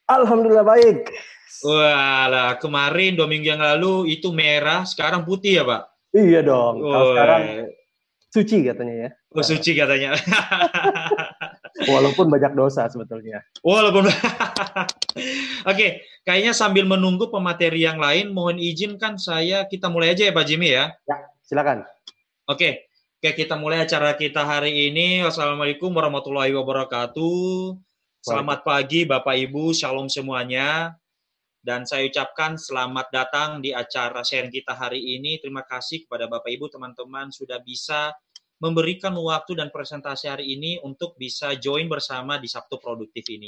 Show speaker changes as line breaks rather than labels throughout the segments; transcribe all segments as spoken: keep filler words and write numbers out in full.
Alhamdulillah baik.
Walah, kemarin dua minggu yang lalu itu merah, sekarang putih ya Pak?
Iya dong. Kalau sekarang
Woy.
suci katanya ya.
Oh, suci katanya.
Walaupun banyak dosa sebetulnya.
Walaupun. Oke, kayaknya sambil menunggu pemateri yang lain, mohon izin kan saya kita mulai aja ya Pak Jimmy ya.
Ya, silakan.
Oke, oke kita mulai acara kita hari ini. Wassalamualaikum warahmatullahi wabarakatuh. Selamat pagi Bapak Ibu, shalom semuanya. Dan saya ucapkan selamat datang di acara sharing kita hari ini. Terima kasih kepada Bapak Ibu, teman-teman sudah bisa memberikan waktu dan presentasi hari ini untuk bisa join bersama di Sabtu Produktif ini.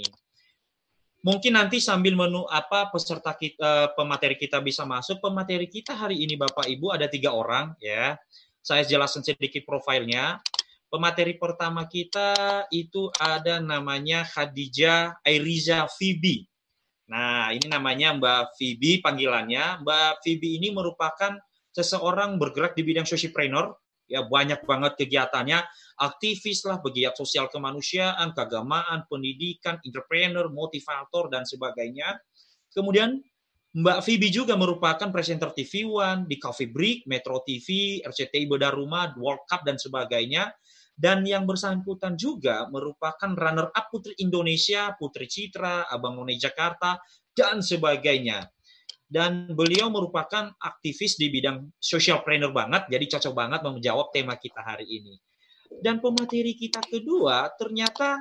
Mungkin nanti sambil menu apa peserta kita, pemateri kita bisa masuk. Pemateri kita hari ini Bapak Ibu ada tiga orang ya. Saya jelaskan sedikit profilnya. Pemateri pertama kita itu ada namanya Khadijah Airiza Fibi. Nah, ini namanya Mbak Fibi panggilannya. Mbak Fibi ini merupakan seseorang bergerak di bidang socialpreneur. Ya, banyak banget kegiatannya. Aktivis lah, pegiat sosial kemanusiaan, keagamaan, pendidikan, entrepreneur, motivator, dan sebagainya. Kemudian, Mbak Fibi juga merupakan presenter T V One di Coffee Break, Metro T V, R C T I Bedah Rumah, World Cup, dan sebagainya. Dan yang bersangkutan juga merupakan runner-up Putri Indonesia, Putri Citra, Abang None Jakarta, dan sebagainya. Dan beliau merupakan aktivis di bidang socialpreneur banget, jadi cocok banget menjawab tema kita hari ini. Dan pemateri kita kedua, ternyata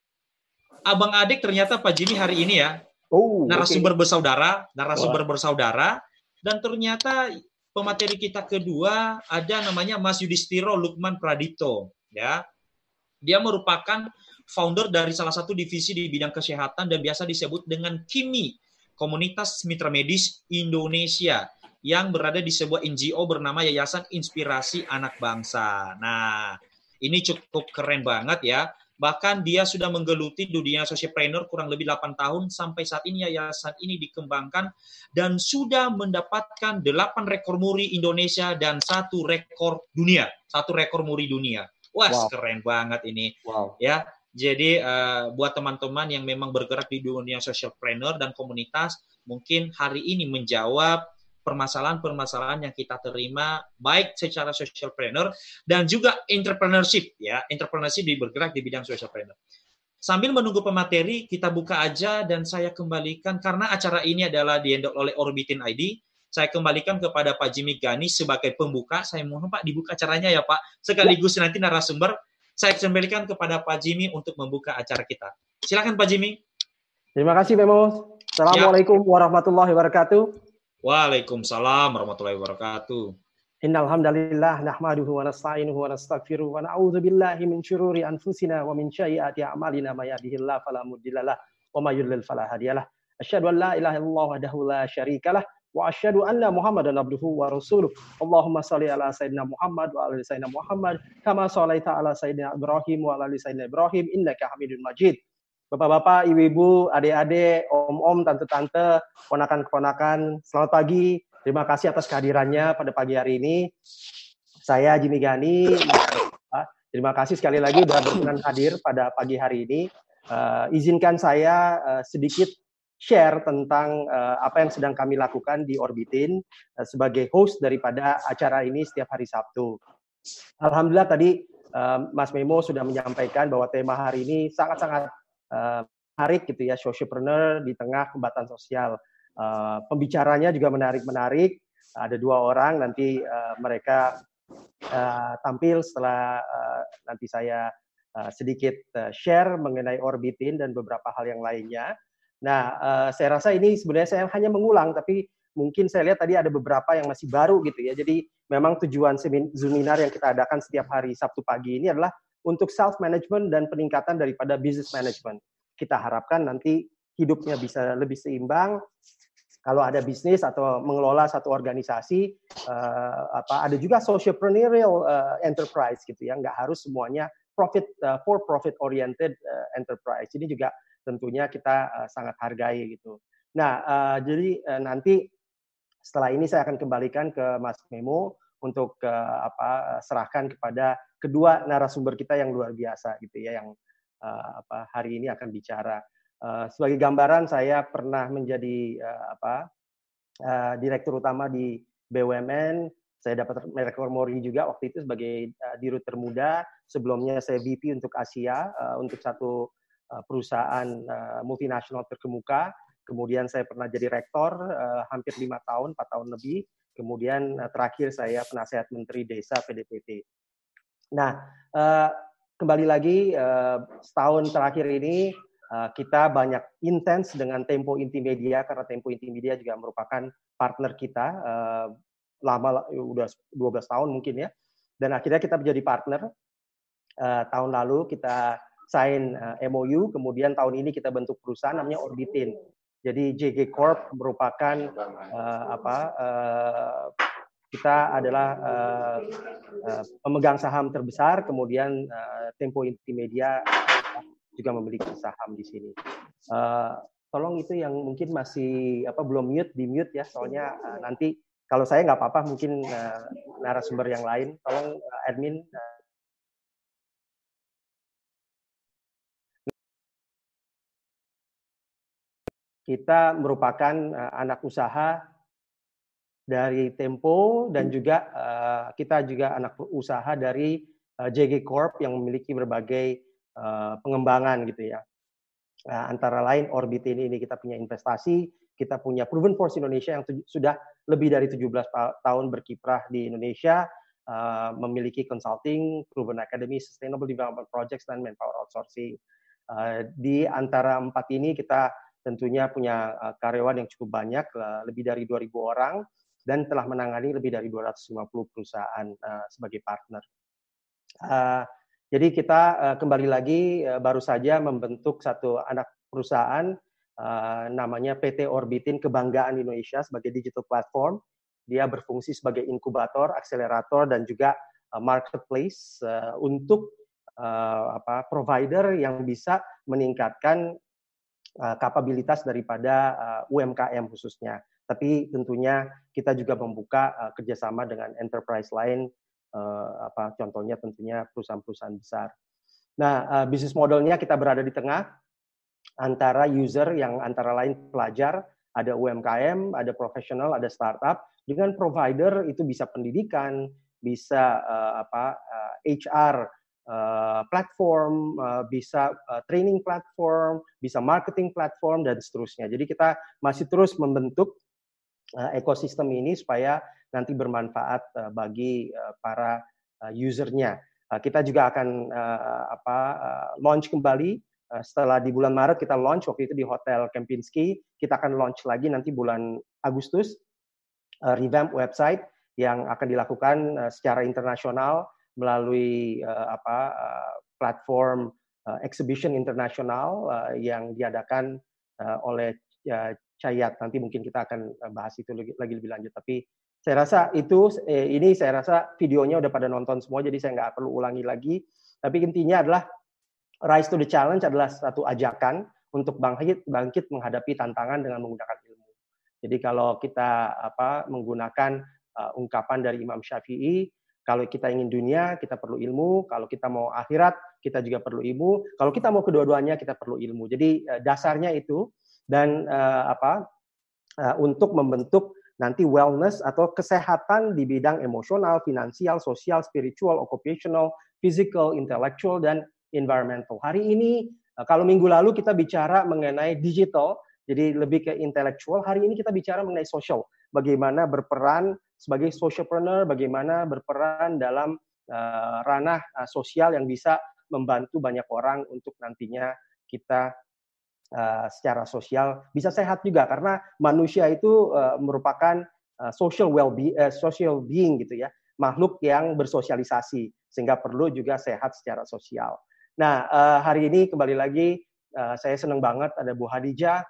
Abang Adik ternyata Pak Jimmy hari ini ya,
oh,
narasumber
okay.
bersaudara, narasumber
Wah.
bersaudara, dan ternyata pemateri kita kedua ada namanya Mas Yudhistiro Lukman Pradipto. Ya, dia merupakan founder dari salah satu divisi di bidang kesehatan dan biasa disebut dengan K I M I, Komunitas Mitra Medis Indonesia, yang berada di sebuah N G O bernama Yayasan Inspirasi Anak Bangsa. Nah, ini cukup keren banget ya. Bahkan dia sudah menggeluti dunia socialpreneur kurang lebih delapan tahun. Sampai saat ini yayasan ini dikembangkan dan sudah mendapatkan delapan rekor muri Indonesia dan satu rekor dunia. Satu rekor muri dunia. Wah, wow. Keren banget ini.
Wow.
Ya, jadi uh, buat teman-teman yang memang bergerak di dunia socialpreneur dan komunitas, mungkin hari ini menjawab permasalahan-permasalahan yang kita terima baik secara socialpreneur dan juga entrepreneurship ya, entrepreneurship di bergerak di bidang socialpreneur. Sambil menunggu pemateri, kita buka aja dan saya kembalikan karena acara ini adalah di-endorse oleh Orbitin I D. Saya kembalikan kepada Pak Jimmy Gani sebagai pembuka. Saya mohon Pak dibuka acaranya ya Pak. Sekaligus ya. Nanti narasumber saya kembalikan kepada Pak Jimmy untuk membuka acara kita. Silakan Pak Jimmy.
Terima kasih Memo. Assalamualaikum ya. warahmatullahi wabarakatuh.
Waalaikumsalam warahmatullahi wabarakatuh.
Innal hamdalillah nahmaduhu wa nasta'inuhu wa nastaghfiruh wa na'udzu billahi min syururi anfusina wa min sayyiati a'malina may yahdihillahu fala mudhillalah wa may yudlil fala hadiyalah. Asyhadu an la ilaha illallah wahdahu la syarikalah wa asyhadu anna Muhammadan abduhu wa rasuluh. Allahumma shalli ala sayyidina Muhammad wa ala sayyidina Muhammad kama shallaita ala sayyidina Ibrahim wa ala sayyidina Ibrahim innaka Hamidum Majid. Bapak-bapak, ibu-ibu, adik-adik, om-om, tante-tante, ponakan-keponakan, selamat pagi. Terima kasih atas kehadirannya pada pagi hari ini. Saya Jimmy Gani. Terima kasih sekali lagi sudah berkenan hadir pada pagi hari ini. Uh, izinkan saya uh, sedikit share tentang uh, apa yang sedang kami lakukan di Orbitin uh, sebagai host daripada acara ini setiap hari Sabtu. Alhamdulillah tadi uh, Mas Memo sudah menyampaikan bahwa tema hari ini sangat-sangat uh, menarik gitu ya, socialpreneur di tengah kebatasan sosial. Uh, pembicaranya juga menarik-menarik. Ada dua orang nanti uh, mereka uh, tampil setelah uh, nanti saya uh, sedikit uh, share mengenai Orbitin dan beberapa hal yang lainnya. Nah, uh, saya rasa ini sebenarnya saya hanya mengulang, tapi mungkin saya lihat tadi ada beberapa yang masih baru gitu ya. Jadi memang tujuan seminar yang kita adakan setiap hari Sabtu pagi ini adalah untuk self-management dan peningkatan daripada business management. Kita harapkan nanti hidupnya bisa lebih seimbang. Kalau ada bisnis atau mengelola satu organisasi, uh, apa ada juga socialpreneurial uh, enterprise gitu ya, nggak harus semuanya profit uh, for profit oriented uh, enterprise. Ini juga tentunya kita uh, sangat hargai gitu. Nah, uh, jadi uh, nanti setelah ini saya akan kembalikan ke Mas Memo untuk uh, apa serahkan kepada kedua narasumber kita yang luar biasa gitu ya, yang uh, apa hari ini akan bicara. Uh, sebagai gambaran, saya pernah menjadi uh, apa uh, direktur utama di B U M N. Saya dapat Merkur Mori juga waktu itu sebagai uh, dirut termuda. Sebelumnya saya V P untuk Asia uh, untuk satu uh, perusahaan uh, multinasional terkemuka. Kemudian saya pernah jadi rektor uh, hampir lima tahun, empat tahun lebih. Kemudian uh, terakhir saya penasehat Menteri Desa P D P T. Nah, uh, kembali lagi uh, setahun terakhir ini Uh, kita banyak intens dengan Tempo Intimedia, karena Tempo Intimedia juga merupakan partner kita uh, lama, udah dua belas tahun mungkin ya. Dan akhirnya kita menjadi partner. Uh, tahun lalu kita sign uh, M O U, kemudian tahun ini kita bentuk perusahaan namanya Orbitin. Jadi J G Corp merupakan uh, apa? Uh, kita adalah uh, uh, pemegang saham terbesar, kemudian uh, Tempo Intimedia juga memiliki saham di sini. Uh, tolong itu yang mungkin masih apa belum mute, di mute ya, soalnya uh, nanti kalau saya nggak apa-apa, mungkin uh, narasumber yang lain, tolong uh, admin. Uh, kita merupakan uh, anak usaha dari Tempo dan juga uh, kita juga anak usaha dari uh, J G Corp yang memiliki berbagai Uh, pengembangan gitu ya. Uh, antara lain Orbitin ini kita punya investasi, kita punya Proven Force Indonesia yang sudah lebih dari tujuh belas tahun berkiprah di Indonesia, uh, memiliki consulting, Proven Academy, Sustainable Development Projects, dan Manpower Outsourcing. Uh, di antara empat ini kita tentunya punya uh, karyawan yang cukup banyak, uh, lebih dari dua ribu orang, dan telah menangani lebih dari dua ratus lima puluh perusahaan uh, sebagai partner. Uh, Jadi kita uh, kembali lagi uh, baru saja membentuk satu anak perusahaan uh, namanya P T Orbitin Kebanggaan Indonesia sebagai digital platform. Dia berfungsi sebagai inkubator, akselerator, dan juga uh, marketplace uh, untuk uh, apa provider yang bisa meningkatkan uh, kapabilitas daripada uh, U M K M khususnya. Tapi tentunya kita juga membuka uh, kerjasama dengan enterprise lain. Uh, apa contohnya tentunya perusahaan-perusahaan besar. Nah, uh, bisnis modelnya kita berada di tengah antara user yang antara lain pelajar, ada U M K M, ada profesional, ada startup, dengan provider itu bisa pendidikan, bisa uh, apa uh, H R uh, platform, uh, bisa uh, training platform, bisa marketing platform, dan seterusnya. Jadi kita masih terus membentuk uh, ekosistem ini supaya nanti bermanfaat uh, bagi uh, para uh, usernya. Uh, kita juga akan uh, apa uh, launch kembali uh, setelah di bulan Maret kita launch waktu itu di Hotel Kempinski. Kita akan launch lagi nanti bulan Agustus uh, revamp website yang akan dilakukan uh, secara internasional melalui uh, apa uh, platform uh, exhibition internasional uh, yang diadakan uh, oleh uh, Cayat. Nanti mungkin kita akan bahas itu lagi, lagi lebih lanjut. Tapi saya rasa itu, eh, ini saya rasa videonya udah pada nonton semua, jadi saya nggak perlu ulangi lagi. Tapi intinya adalah Rise to the Challenge adalah satu ajakan untuk bangkit, bangkit menghadapi tantangan dengan menggunakan ilmu. Jadi kalau kita apa menggunakan uh, ungkapan dari Imam Syafi'i, kalau kita ingin dunia, kita perlu ilmu. Kalau kita mau akhirat, kita juga perlu ilmu. Kalau kita mau kedua-duanya, kita perlu ilmu. Jadi uh, dasarnya itu dan uh, apa uh, untuk membentuk nanti wellness atau kesehatan di bidang emosional, finansial, sosial, spiritual, occupational, physical, intellectual, dan environmental. Hari ini, kalau minggu lalu kita bicara mengenai digital, jadi lebih ke intellectual, hari ini kita bicara mengenai social. Bagaimana berperan sebagai socialpreneur, bagaimana berperan dalam uh, ranah uh, sosial yang bisa membantu banyak orang untuk nantinya kita Uh, secara sosial bisa sehat juga, karena manusia itu uh, merupakan uh, social well be uh, social being gitu ya, makhluk yang bersosialisasi sehingga perlu juga sehat secara sosial. Nah, uh, hari ini kembali lagi uh, saya senang banget ada Bu Hadijah,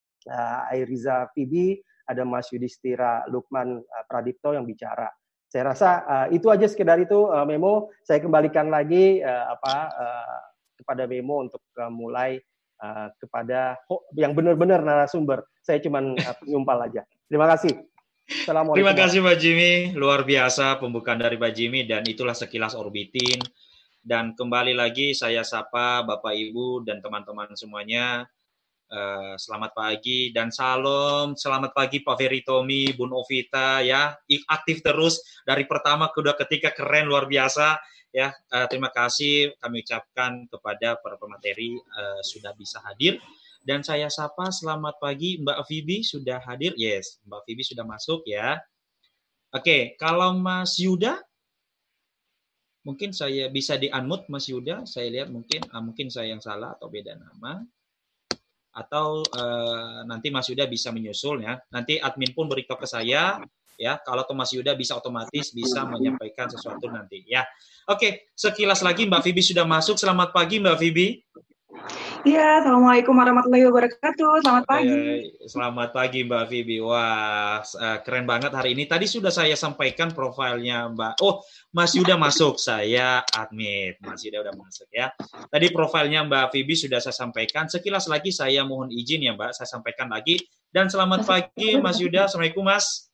uh, Airiza Fibi, ada Mas Yudhistira Lukman uh, Pradipto yang bicara. Saya rasa uh, itu aja sekedar itu uh, Memo. Saya kembalikan lagi uh, apa uh, kepada Memo untuk uh, mulai Uh, kepada yang benar-benar narasumber. Saya cuma uh, penyumpal aja. Terima kasih. Assalamualaikum.
Terima kasih Pak Jimmy. Luar biasa pembukaan dari Pak Jimmy, dan itulah sekilas Orbitin. Dan kembali lagi saya sapa Bapak Ibu dan teman-teman semuanya. Uh, selamat pagi dan salam, selamat pagi Pak Ferry Tommy, Bun Ovita ya, aktif terus dari pertama ke kedua ketiga, keren luar biasa ya. Uh, terima kasih kami ucapkan kepada para pemateri uh, sudah bisa hadir dan saya sapa selamat pagi Mbak Vivi sudah hadir, yes Mbak Vivi sudah masuk ya. Oke, okay, kalau Mas Yuda mungkin saya bisa di-unmute Mas Yuda, saya lihat mungkin uh, mungkin saya yang salah atau beda nama. Atau uh, nanti Mas Yuda bisa menyusul ya. Nanti admin pun beritahu ke saya ya. Kalau Mas Yuda bisa otomatis bisa menyampaikan sesuatu nanti ya. Oke, sekilas lagi Mbak Vivi sudah masuk. Selamat pagi Mbak Vivi.
Iya, Assalamualaikum warahmatullahi wabarakatuh. Selamat pagi.
Eh, selamat pagi Mbak Vivi. Wah, keren banget hari ini. Tadi sudah saya sampaikan profilnya Mbak. Oh, Mas Yuda masuk. Saya admit. Mas Yuda udah masuk ya. Tadi profilnya Mbak Vivi sudah saya sampaikan. Sekilas lagi saya mohon izin ya Mbak, saya sampaikan lagi. Dan selamat pagi Mas Yuda. Assalamualaikum Mas.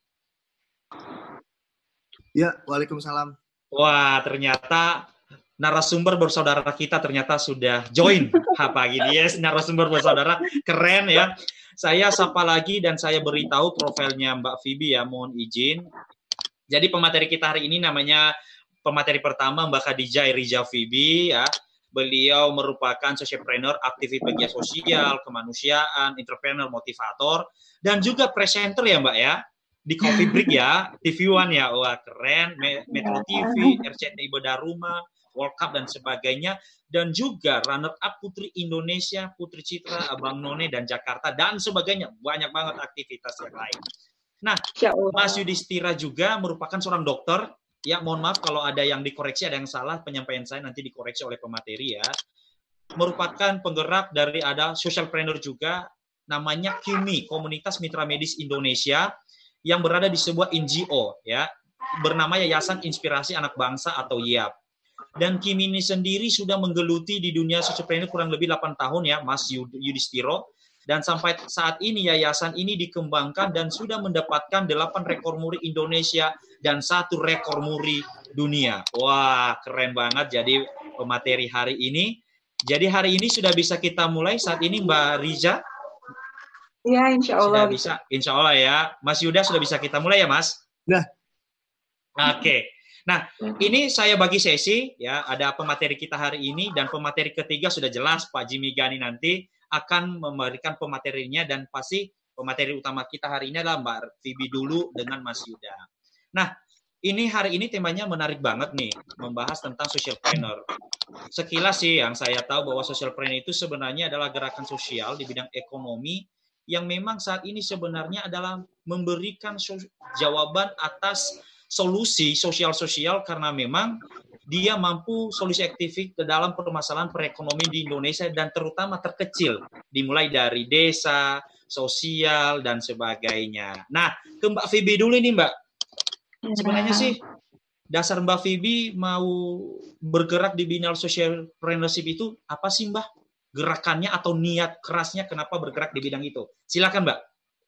Ya, waalaikumsalam.
Wah, ternyata narasumber bersaudara kita ternyata sudah join pagi ini. Yes, narasumber bersaudara keren ya. Saya sapa lagi dan saya beritahu profilnya Mbak Vivi ya, mohon izin. Jadi pemateri kita hari ini namanya pemateri pertama Mbak Khadijah Irija Vivi ya. Beliau merupakan socialpreneur, aktivis pegiat sosial, kemanusiaan, entrepreneur, motivator dan juga presenter ya Mbak ya. Di Coffee Break ya, T V One ya. Wah, keren. Metro T V, R C T I Bedaruma, World Cup dan sebagainya, dan juga runner-up Putri Indonesia, Putri Citra, Abang None, dan Jakarta, dan sebagainya. Banyak banget aktivitas yang lain. Nah, Mas Yudhistira juga merupakan seorang dokter. Ya, mohon maaf kalau ada yang dikoreksi, ada yang salah, penyampaian saya nanti dikoreksi oleh pemateri ya. Merupakan penggerak dari ada socialpreneur juga, namanya Q M I, Komunitas Mitra Medis Indonesia, yang berada di sebuah N G O, ya, bernama Yayasan Inspirasi Anak Bangsa atau Y A B. Dan Kim ini sendiri sudah menggeluti di dunia socialpreneur kurang lebih delapan tahun ya, Mas Yudhistiro. Dan sampai saat ini yayasan ini dikembangkan dan sudah mendapatkan delapan rekor muri Indonesia dan satu rekor muri dunia. Wah, keren banget jadi pemateri hari ini. Jadi hari ini sudah bisa kita mulai saat ini Mbak Riza?
Ya, insya Allah.
Sudah bisa, insya Allah ya. Mas Yuda sudah bisa kita mulai ya, Mas?
Nah.
Oke. Okay. Nah, ini saya bagi sesi ya, ada pemateri kita hari ini dan pemateri ketiga sudah jelas Pak Jimmy Gani nanti akan memberikan pematerinya dan pasti pemateri utama kita hari ini adalah Mbak Vivi dulu dengan Mas Yuda. Nah, ini hari ini temanya menarik banget nih, membahas tentang socialpreneur. Sekilas sih yang saya tahu bahwa socialpreneur itu sebenarnya adalah gerakan sosial di bidang ekonomi yang memang saat ini sebenarnya adalah memberikan jawaban atas solusi sosial-sosial karena memang dia mampu solusi aktif ke dalam permasalahan perekonomian di Indonesia dan terutama terkecil, dimulai dari desa, sosial, dan sebagainya. Nah, ke Mbak Vivi dulu nih Mbak. Sebenarnya sih dasar Mbak Vivi mau bergerak di bidang socialpreneurship itu apa sih Mbak? Gerakannya atau niat kerasnya kenapa bergerak di bidang itu? Silakan Mbak.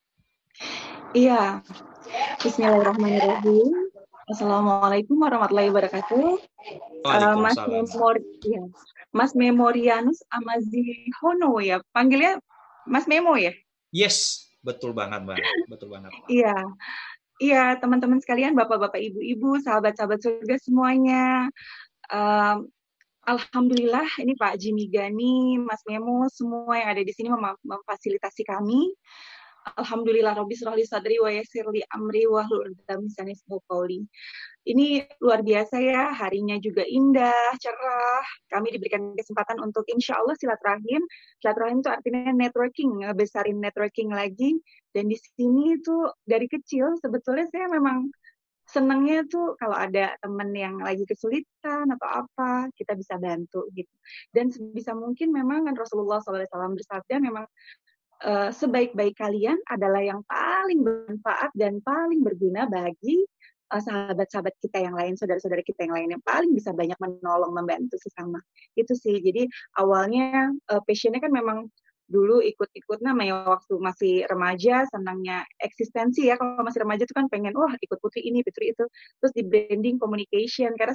Iya. Bismillahirrahmanirrahim. Assalamualaikum warahmatullahi wabarakatuh. Uh, Mas Memor, ya. Mas Memorianus Amazihono ya, panggilnya Mas Memo ya?
Yes, betul banget Mbak, betul banget.
Iya, iya teman-teman sekalian, bapak-bapak, ibu-ibu, sahabat-sahabat surga semuanya. Um, Alhamdulillah ini Pak Jimmy Gani, Mas Memo, semua yang ada di sini mem- memfasilitasi kami. Alhamdulillah Rabbi syrahli sadri wa yassirli amri wa hlul 'uqdatam min lisani yafqahu qawli. Ini luar biasa ya, harinya juga indah, cerah. Kami diberikan kesempatan untuk insya Allah silaturahim. Silaturahim itu artinya networking, ngebesarin networking lagi. Dan di sini tuh dari kecil sebetulnya saya memang senangnya tuh kalau ada teman yang lagi kesulitan atau apa, kita bisa bantu gitu. Dan sebisa mungkin memang kan Rasulullah shallallahu alaihi wasallam bersabda memang Uh, sebaik-baik kalian adalah yang paling bermanfaat dan paling berguna bagi uh, sahabat-sahabat kita yang lain, saudara-saudara kita yang lain yang paling bisa banyak menolong, membantu sesama. Itu sih. Jadi awalnya uh, passionnya kan memang dulu ikut-ikut namanya waktu masih remaja, senangnya eksistensi ya. Kalau masih remaja tuh kan pengen, wah ikut putri ini, putri itu. Terus di branding communication. Karena saya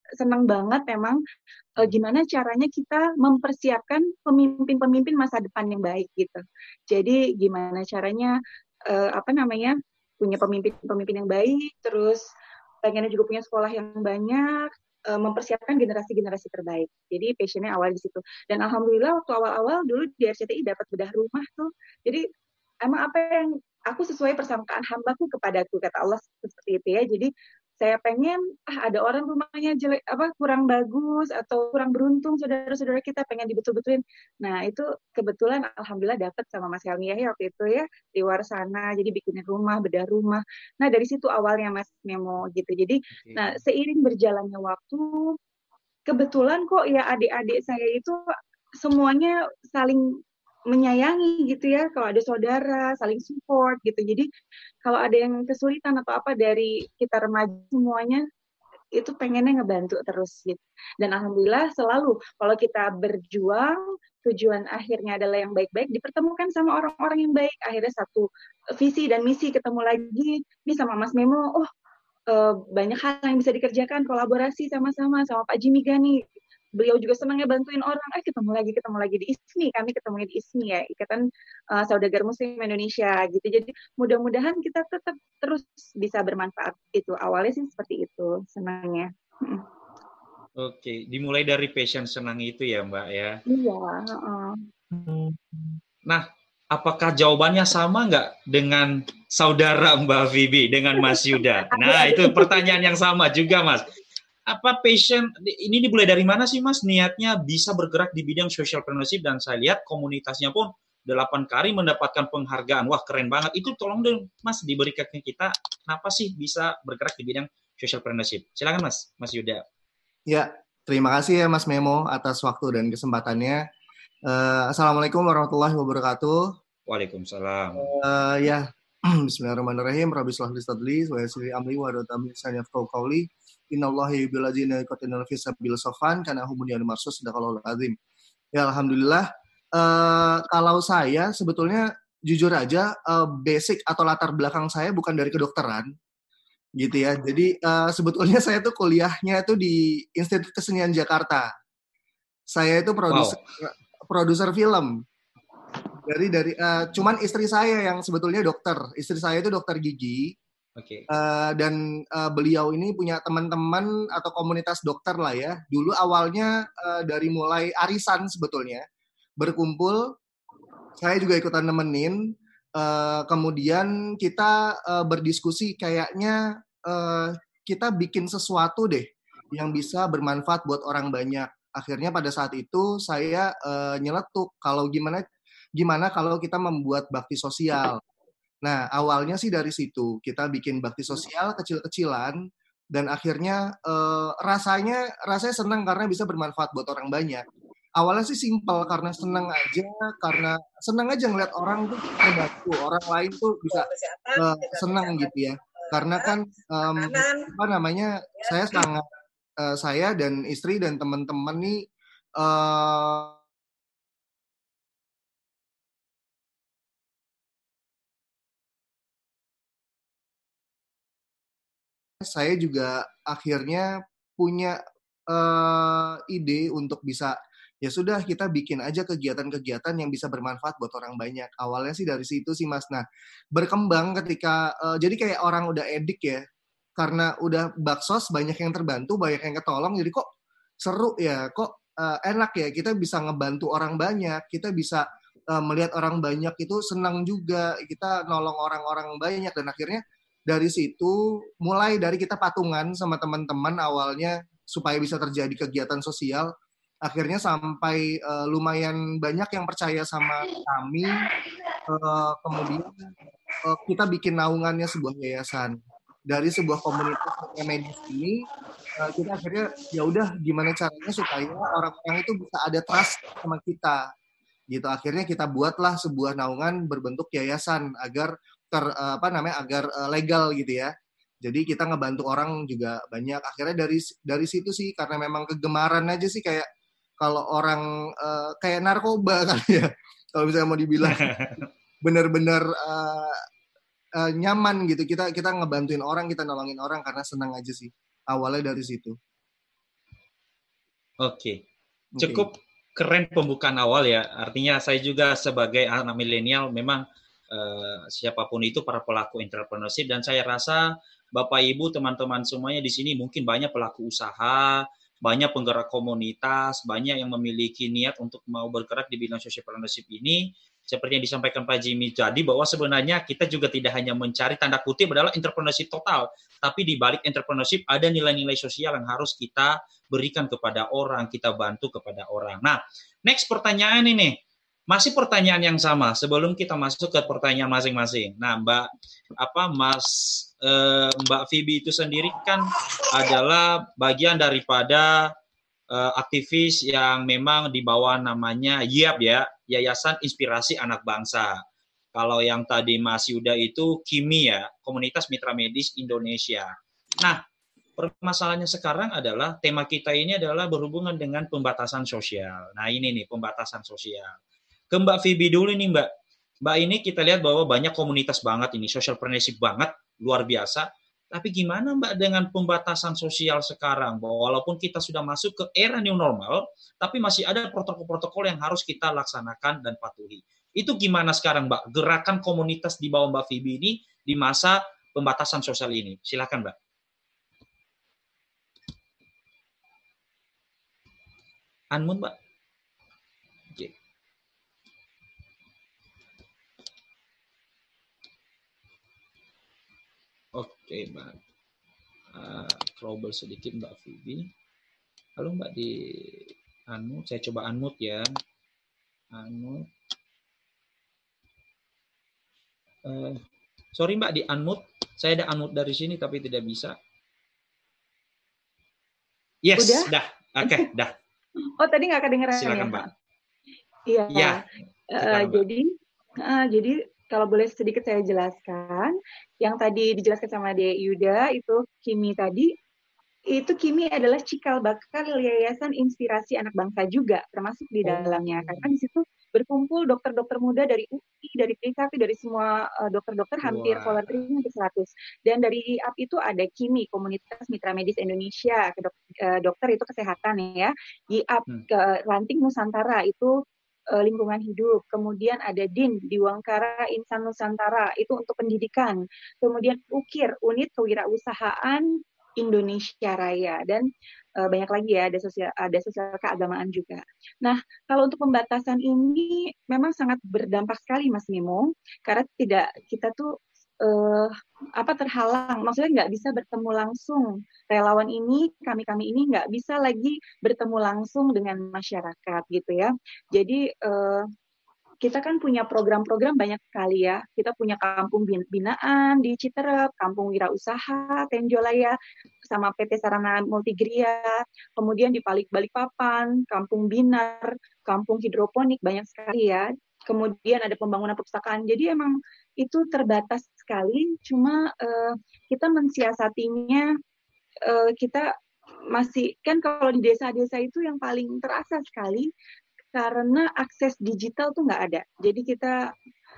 senang banget memang uh, gimana caranya kita mempersiapkan pemimpin-pemimpin masa depan yang baik gitu. Jadi gimana caranya uh, apa namanya punya pemimpin-pemimpin yang baik, terus pengennya juga punya sekolah yang banyak, uh, mempersiapkan generasi-generasi terbaik. Jadi passionnya awal di situ. Dan alhamdulillah waktu awal-awal dulu di R C T I dapat bedah rumah tuh. Jadi emang apa yang aku sesuai persangkaan hambaku kepadaku, kata Allah seperti itu ya. Jadi saya pengen ah ada orang rumahnya jelek apa kurang bagus atau kurang beruntung saudara-saudara kita pengen dibetul-betulin. Nah, itu kebetulan alhamdulillah dapat sama Mas Helmi ya waktu itu ya di luar sana. Jadi bikinin rumah, bedah rumah. Nah, dari situ awalnya Mas Memo gitu. Jadi okay. Nah, seiring berjalannya waktu kebetulan kok ya adik-adik saya itu semuanya saling menyayangi gitu ya, kalau ada saudara saling support gitu. Jadi kalau ada yang kesulitan atau apa dari kita remaja semuanya itu pengennya ngebantu terus gitu. Dan alhamdulillah selalu kalau kita berjuang tujuan akhirnya adalah yang baik-baik dipertemukan sama orang-orang yang baik, akhirnya satu visi dan misi ketemu lagi nih sama Mas Memo. Oh eh, banyak hal yang bisa dikerjakan, kolaborasi sama-sama sama Pak Jimmy Gani. Beliau juga senangnya bantuin orang. Eh ketemu lagi, ketemu lagi di I S M I. Kami ketemunya di I S M I ya, Ikatan uh, Saudagar Muslim Indonesia gitu. Jadi mudah-mudahan kita tetap terus bisa bermanfaat. Itu awalnya sih seperti itu, senangnya.
Oke, dimulai dari passion senang itu ya Mbak ya.
Iya. Uh.
Nah, apakah jawabannya sama nggak dengan saudara Mbak Vivi, dengan Mas Yuda? Nah, itu pertanyaan yang sama juga Mas. Apa passion, ini dimulai dari mana sih Mas niatnya bisa bergerak di bidang social entrepreneurship, dan saya lihat komunitasnya pun delapan kali mendapatkan penghargaan. Wah keren banget, itu tolong dong Mas diberikan ke kita, kenapa sih bisa bergerak di bidang social entrepreneurship? Silakan Mas, Mas Yuda.
Ya, terima kasih ya Mas Memo atas waktu dan kesempatannya. Uh, Assalamualaikum warahmatullahi wabarakatuh.
Waalaikumsalam.
Uh, ya, Bismillahirrahmanirrahim. Rabbi shrah li sadri wa yassir li amri wahlul uqdatam min lisani yafqahu qawli. Innallaha yuhibbul ladzina yuqatiluna fi sabilillah safan kana humul marsus sadaqallahul azim. Ya alhamdulillah. Uh, kalau saya sebetulnya jujur aja uh, basic atau latar belakang saya bukan dari kedokteran gitu ya. Jadi uh, sebetulnya saya tuh kuliahnya tuh di Institut Kesenian Jakarta. Saya itu produser wow. produser film. Dari dari uh, cuman istri saya yang sebetulnya dokter. Istri saya itu dokter gigi.
Okay.
Uh, dan uh, beliau ini punya teman-teman atau komunitas dokter lah ya. Dulu awalnya uh, dari mulai arisan sebetulnya berkumpul, saya juga ikutan nemenin. Uh, kemudian kita uh, berdiskusi kayaknya uh, kita bikin sesuatu deh yang bisa bermanfaat buat orang banyak. Akhirnya pada saat itu saya uh, nyeletuk kalau gimana gimana kalau kita membuat bakti sosial. Nah, awalnya sih dari situ. Kita bikin bakti sosial kecil-kecilan dan akhirnya eh, rasanya rasanya senang karena bisa bermanfaat buat orang banyak. Awalnya sih simpel karena senang aja, karena senang aja ngeliat orang tuh terbantu, orang lain tuh bisa eh, senang gitu ya. Karena kan um, apa namanya? Saya sangat eh, saya dan istri dan teman-teman nih eh, saya juga akhirnya punya uh, ide untuk bisa ya sudah kita bikin aja kegiatan-kegiatan yang bisa bermanfaat buat orang banyak. Awalnya sih dari situ sih Mas. Nah, berkembang ketika uh, jadi kayak orang udah edik ya. Karena udah baksos banyak yang terbantu, banyak yang ketolong, jadi kok seru ya, kok uh, enak ya kita bisa ngebantu orang banyak, kita bisa uh, melihat orang banyak itu senang juga, kita nolong orang-orang banyak dan akhirnya dari situ, mulai dari kita patungan sama teman-teman awalnya supaya bisa terjadi kegiatan sosial, akhirnya sampai uh, lumayan banyak yang percaya sama kami, uh, kemudian uh, kita bikin naungannya sebuah yayasan. Dari sebuah komunitas medis ini, uh, kita akhirnya ya udah gimana caranya supaya orang-orang itu bisa ada trust sama kita. Gitu, akhirnya kita buatlah sebuah naungan berbentuk yayasan agar ter apa namanya agar uh, legal gitu ya. Jadi kita ngebantu orang juga banyak. Akhirnya dari dari situ sih karena memang kegemaran aja sih kayak kalau orang uh, kayak narkoba kali ya. Kalau misalnya mau dibilang benar-benar uh, uh, nyaman gitu. Kita kita ngebantuin orang, kita nolongin orang karena senang aja sih. Awalnya dari situ.
Oke, cukup keren pembukaan awal ya. Artinya saya juga sebagai anak milenial memang uh, siapapun itu para pelaku entrepreneurship, dan saya rasa Bapak Ibu teman-teman semuanya di sini mungkin banyak pelaku usaha, banyak penggerak komunitas, banyak yang memiliki niat untuk mau bergerak di bidang social entrepreneurship ini. Seperti yang disampaikan Pak Jimmy tadi, bahwa sebenarnya kita juga tidak hanya mencari tanda kutip adalah entrepreneurship total, tapi di balik entrepreneurship ada nilai-nilai sosial yang harus kita berikan kepada orang, kita bantu kepada orang. Nah, next pertanyaan ini, masih pertanyaan yang sama sebelum kita masuk ke pertanyaan masing-masing. Nah, Mbak apa Mas eh, Mbak Phoebe itu sendiri kan adalah bagian daripada eh, aktivis yang memang di bawah namanya Y A B ya, Yayasan Inspirasi Anak Bangsa. Kalau yang tadi Mas Yuda itu Kimi ya, Komunitas Mitra Medis Indonesia. Nah, permasalahannya sekarang adalah tema kita ini adalah berhubungan dengan pembatasan sosial. Nah, ini nih pembatasan sosial. Ke Mbak Phoebe dulu nih, Mbak. Mbak ini kita lihat bahwa banyak komunitas banget ini, social entrepreneurship banget, luar biasa. Tapi gimana Mbak dengan pembatasan sosial sekarang? Bahwa walaupun kita sudah masuk ke era new normal, tapi masih ada protokol-protokol yang harus kita laksanakan dan patuhi. Itu gimana sekarang Mbak? Gerakan komunitas di bawah Mbak Phoebe ini di masa pembatasan sosial ini. Silakan Mbak. Unmute Mbak. Oke. Oke Mbak. Uh, trouble sedikit Mbak Phoebe. Halo Mbak di unmute. Saya coba unmute ya. Unmute. Uh, sorry Mbak di unmute. Saya ada unmute dari sini tapi tidak bisa. Yes,
udah.
dah. Oke, okay, dah.
Oh tadi nggak kedengeran ya?
Silakan Mbak.
Iya.
Ya,
uh, jadi, uh, jadi kalau boleh sedikit saya jelaskan, yang tadi dijelaskan sama Dek Yuda itu Kimi tadi, itu Kimi adalah cikal bakal Yayasan Inspirasi Anak Bangsa juga, termasuk di dalamnya. Karena di situ berkumpul dokter-dokter muda dari U I, dari Trisakti, dari semua uh, dokter-dokter hampir volunteering hampir seratus. Dan dari A P itu ada Kimi, Komunitas Mitra Medis Indonesia, ke dok, uh, dokter itu kesehatan ya. Y A P hmm. ke Ranting Nusantara itu uh, lingkungan hidup. Kemudian ada D I N, Diwangkara Insan Nusantara, itu untuk pendidikan. Kemudian U K I R, Unit Kewirausahaan Indonesia Raya, dan uh, banyak lagi ya, ada sosial ada sosial keagamaan juga. Nah, kalau untuk pembatasan ini memang sangat berdampak sekali Mas Mimo, karena tidak kita tuh uh, apa terhalang, maksudnya nggak bisa bertemu langsung. Relawan ini, kami-kami ini nggak bisa lagi bertemu langsung dengan masyarakat gitu ya. Jadi uh, kita kan punya program-program banyak sekali ya. Kita punya kampung binaan di Citerep, kampung wirausaha Tenjolaya, sama P T Sarana Multigria. Kemudian di Balikpapan, kampung Binar, kampung hidroponik, banyak sekali ya. Kemudian ada pembangunan perpustakaan. Jadi emang itu terbatas sekali. Cuma uh, kita mensiasatinya, uh, kita masih, kan kalau di desa-desa itu yang paling terasa sekali, karena akses digital tuh nggak ada. Jadi kita,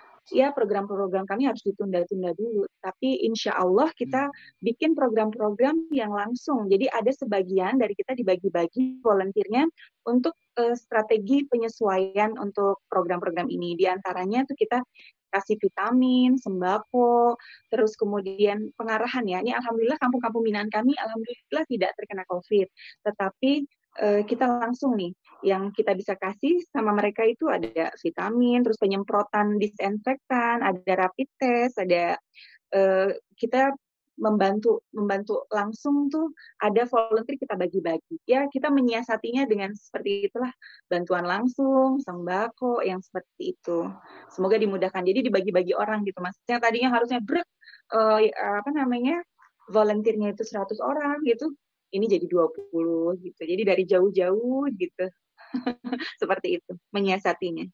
ya program-program kami harus ditunda-tunda dulu. Tapi insya Allah kita bikin program-program yang langsung. Jadi ada sebagian dari kita dibagi-bagi volunteernya untuk uh, strategi penyesuaian untuk program-program ini. Di antaranya tuh kita kasih vitamin, sembako, terus kemudian pengarahan ya. Ini alhamdulillah kampung-kampung binaan kami alhamdulillah tidak terkena COVID. Tetapi uh, kita langsung nih, yang kita bisa kasih sama mereka itu ada vitamin, terus penyemprotan disinfektan, ada rapid test, ada uh, kita membantu membantu langsung tuh, ada volunteer kita bagi-bagi. Ya kita menyiasatinya dengan seperti itulah, bantuan langsung, sembako yang seperti itu. Semoga dimudahkan. Jadi dibagi-bagi orang gitu Mas. Yang tadinya harusnya brek uh, apa namanya volunteernya itu seratus orang gitu, ini jadi dua puluh gitu. Jadi dari jauh-jauh gitu. Seperti itu menyiasatinya.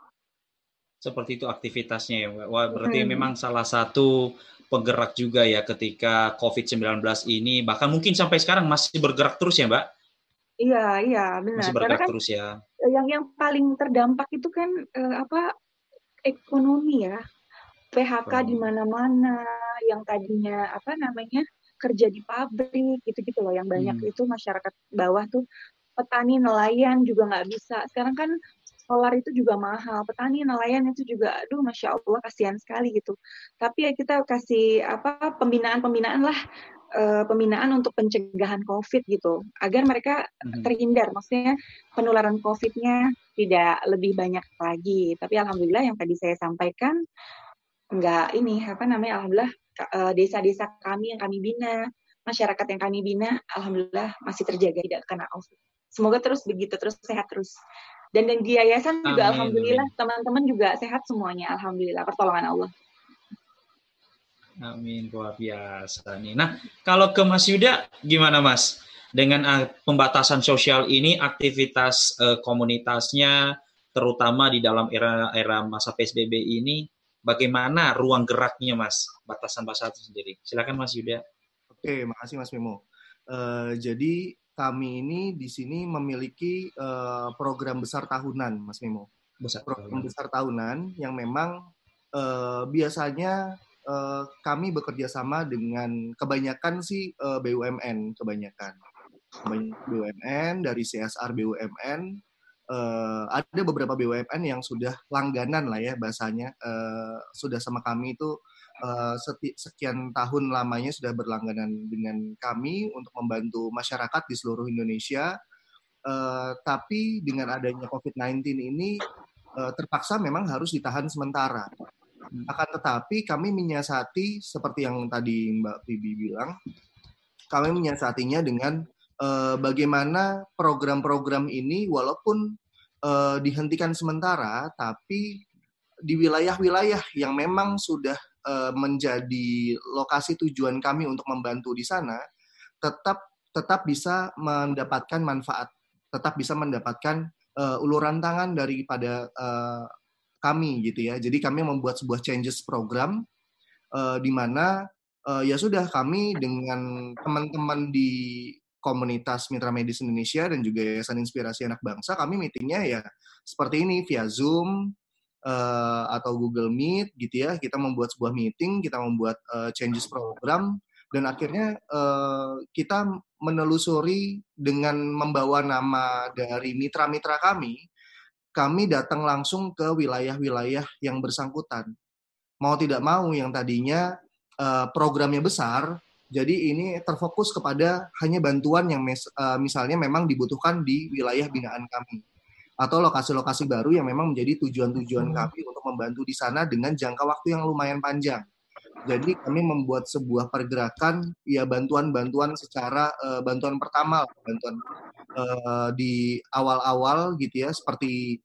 Seperti itu aktivitasnya ya. Wah, berarti hmm. memang salah satu penggerak juga ya ketika covid sembilan belas ini, bahkan mungkin sampai sekarang masih bergerak terus ya Mbak?
Iya, iya benar.
Masih bergerak
kan
terus ya.
Yang yang paling terdampak itu kan eh, apa ekonomi ya. P H K oh. di mana-mana, yang tadinya apa namanya kerja di pabrik gitu-gitu loh, yang banyak hmm. itu masyarakat bawah tuh petani nelayan juga nggak bisa. Sekarang kan solar itu juga mahal, petani nelayan itu juga, aduh masya Allah kasihan sekali gitu. Tapi ya kita kasih apa pembinaan-pembinaan lah, uh, pembinaan untuk pencegahan COVID gitu, agar mereka mm-hmm. terhindar, maksudnya penularan COVID-nya tidak lebih banyak lagi. Tapi alhamdulillah yang tadi saya sampaikan enggak ini apa namanya, alhamdulillah uh, desa-desa kami yang kami bina, masyarakat yang kami bina, alhamdulillah masih terjaga tidak kena COVID. Semoga terus begitu, terus sehat terus. Dan, dan di yayasan juga amin, alhamdulillah amin. Teman-teman juga sehat semuanya, alhamdulillah pertolongan Allah.
Amin, luar biasa nih. Nah, kalau ke Mas Yuda gimana Mas? Dengan uh, pembatasan sosial ini, aktivitas uh, komunitasnya, terutama di dalam era era masa P S B B ini, bagaimana ruang geraknya Mas? Batasan-batasan itu sendiri. Silakan Mas Yuda.
Oke, makasih Mas Memo. Uh, jadi kami ini di sini memiliki uh, program besar tahunan, Mas Memo. Besar program tahunan. besar tahunan yang memang uh, biasanya uh, kami bekerja sama dengan kebanyakan sih uh, B U M N, kebanyakan. Kebanyakan B U M N, dari C S R B U M N, uh, ada beberapa B U M N yang sudah langganan lah ya bahasanya, uh, sudah sama kami itu Uh, seti- sekian tahun lamanya sudah berlangganan dengan kami untuk membantu masyarakat di seluruh Indonesia. Uh, tapi dengan adanya covid sembilan belas ini uh, terpaksa memang harus ditahan sementara. Akan tetapi kami menyiasati seperti yang tadi Mbak Fibi bilang, kami menyiasatinya dengan uh, bagaimana program-program ini walaupun uh, dihentikan sementara, tapi di wilayah-wilayah yang memang sudah menjadi lokasi tujuan kami untuk membantu di sana, tetap tetap bisa mendapatkan manfaat, tetap bisa mendapatkan uh, uluran tangan daripada uh, kami gitu ya. Jadi kami membuat sebuah changes program uh, di mana uh, ya sudah kami dengan teman-teman di komunitas Mitra Medis Indonesia dan juga Yayasan Inspirasi Anak Bangsa, kami meetingnya ya seperti ini via Zoom, Uh, atau Google Meet gitu ya. Kita membuat sebuah meeting, kita membuat uh, changes program, dan akhirnya uh, kita menelusuri dengan membawa nama dari mitra-mitra kami. Kami datang langsung ke wilayah-wilayah yang bersangkutan. Mau tidak mau yang tadinya uh, programnya besar, jadi ini terfokus kepada hanya bantuan yang mes- uh, misalnya memang dibutuhkan di wilayah binaan kami, atau lokasi-lokasi baru yang memang menjadi tujuan-tujuan kami untuk membantu di sana dengan jangka waktu yang lumayan panjang. Jadi kami membuat sebuah pergerakan, ya bantuan-bantuan secara uh, bantuan pertama, bantuan uh, di awal-awal gitu ya, seperti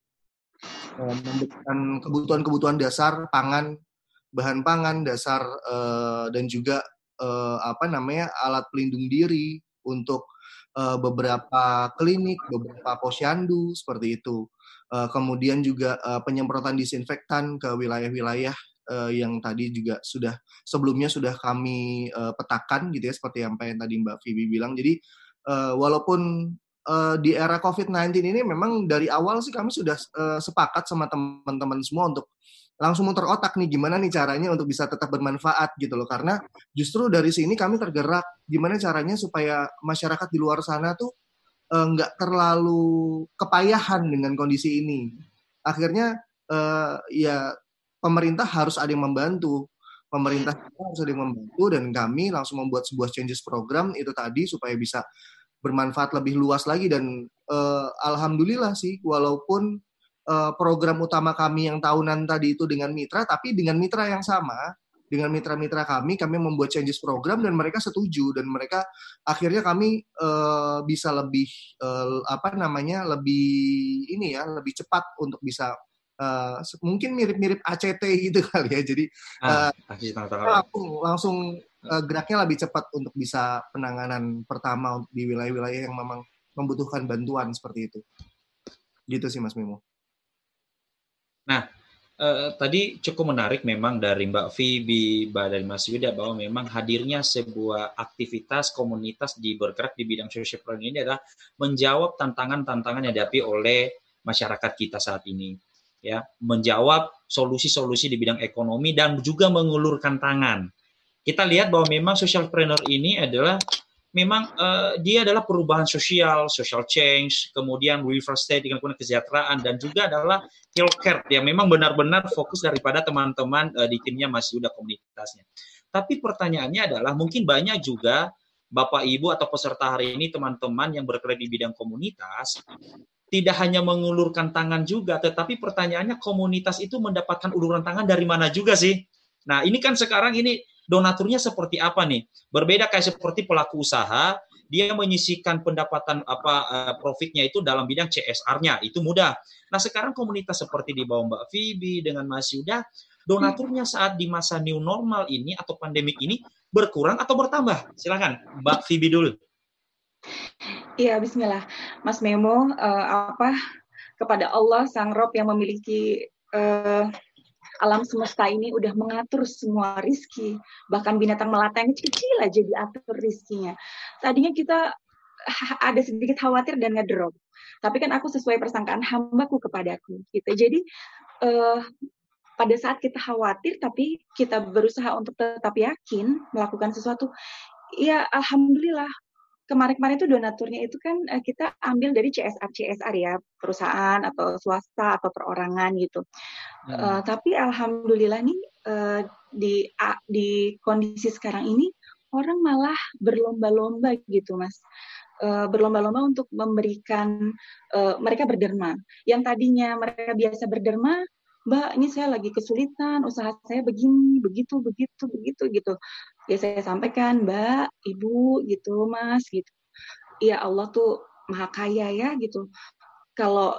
uh, memberikan kebutuhan-kebutuhan dasar pangan, bahan pangan dasar uh, dan juga uh, apa namanya alat pelindung diri untuk Uh, beberapa klinik, beberapa posyandu seperti itu. Uh, kemudian juga uh, penyemprotan disinfektan ke wilayah-wilayah uh, yang tadi juga sudah sebelumnya sudah kami uh, petakan gitu ya, seperti apa yang tadi Mbak Fibi bilang. Jadi uh, walaupun uh, di era covid sembilan belas ini memang dari awal sih kami sudah uh, sepakat sama teman-teman semua untuk langsung muter otak nih gimana nih caranya untuk bisa tetap bermanfaat gitu loh, karena justru dari sini kami tergerak gimana caranya supaya masyarakat di luar sana tuh nggak uh, terlalu kepayahan dengan kondisi ini. Akhirnya uh, ya pemerintah harus ada yang membantu, pemerintah harus ada yang membantu, dan kami langsung membuat sebuah changes program itu tadi supaya bisa bermanfaat lebih luas lagi. Dan uh, alhamdulillah sih walaupun program utama kami yang tahunan tadi itu dengan mitra, tapi dengan mitra yang sama, dengan mitra-mitra kami, kami membuat changes program dan mereka setuju, dan mereka akhirnya kami uh, bisa lebih uh, apa namanya lebih ini ya lebih cepat untuk bisa uh, mungkin mirip-mirip A C T gitu kali ya. Jadi uh, ah, langsung langsung uh, geraknya lebih cepat untuk bisa penanganan pertama di wilayah-wilayah yang memang membutuhkan bantuan seperti itu. Gitu sih Mas Memo.
Nah, eh, tadi cukup menarik memang dari Mbak Fibi, dari Mas Yuda, bahwa memang hadirnya sebuah aktivitas komunitas di bergerak di bidang social planning ini adalah menjawab tantangan-tantangan yang dihadapi oleh masyarakat kita saat ini, ya, menjawab solusi-solusi di bidang ekonomi dan juga mengulurkan tangan. Kita lihat bahwa memang socialpreneur ini adalah memang uh, dia adalah perubahan sosial, social change, kemudian welfare state dengan kesejahteraan, dan juga adalah healthcare yang memang benar-benar fokus daripada teman-teman uh, di timnya Mas Yuda komunitasnya. Tapi pertanyaannya adalah mungkin banyak juga Bapak Ibu atau peserta hari ini teman-teman yang bergerak di bidang komunitas tidak hanya mengulurkan tangan juga, tetapi pertanyaannya komunitas itu mendapatkan uluran tangan dari mana juga sih? Nah, ini kan sekarang ini donaturnya seperti apa nih? Berbeda kayak seperti pelaku usaha, dia menyisihkan pendapatan apa uh, profitnya itu dalam bidang C S R-nya, itu mudah. Nah, sekarang komunitas seperti di bawah Mbak Phoebe dengan Mas Yuda, donaturnya saat di masa new normal ini atau pandemik ini berkurang atau bertambah? Silakan Mbak Phoebe dulu.
Iya, bismillah. Mas Memo, uh, apa kepada Allah Sang Rob yang memiliki uh, alam semesta ini udah mengatur semua rizki, bahkan binatang melata yang kecil aja diatur rizkinya. Tadinya kita ada sedikit khawatir dan ngedrop, tapi kan aku sesuai persangkaan hambaku kepadaku gitu. Jadi uh, pada saat kita khawatir tapi kita berusaha untuk tetap yakin melakukan sesuatu, ya alhamdulillah. Kemarin-kemarin itu donaturnya itu kan uh, kita ambil dari C S R C S R ya, perusahaan atau swasta atau perorangan gitu. Hmm. Uh, tapi alhamdulillah nih uh, di uh, di kondisi sekarang ini orang malah berlomba-lomba gitu, Mas. Uh, berlomba-lomba untuk memberikan uh, mereka berderma. Yang tadinya mereka biasa berderma, Mbak, ini saya lagi kesulitan, usaha saya begini, begitu, begitu, begitu, gitu. Ya saya sampaikan, Mbak, Ibu, gitu, Mas, gitu. Ya Allah tuh maha kaya ya, gitu. Kalau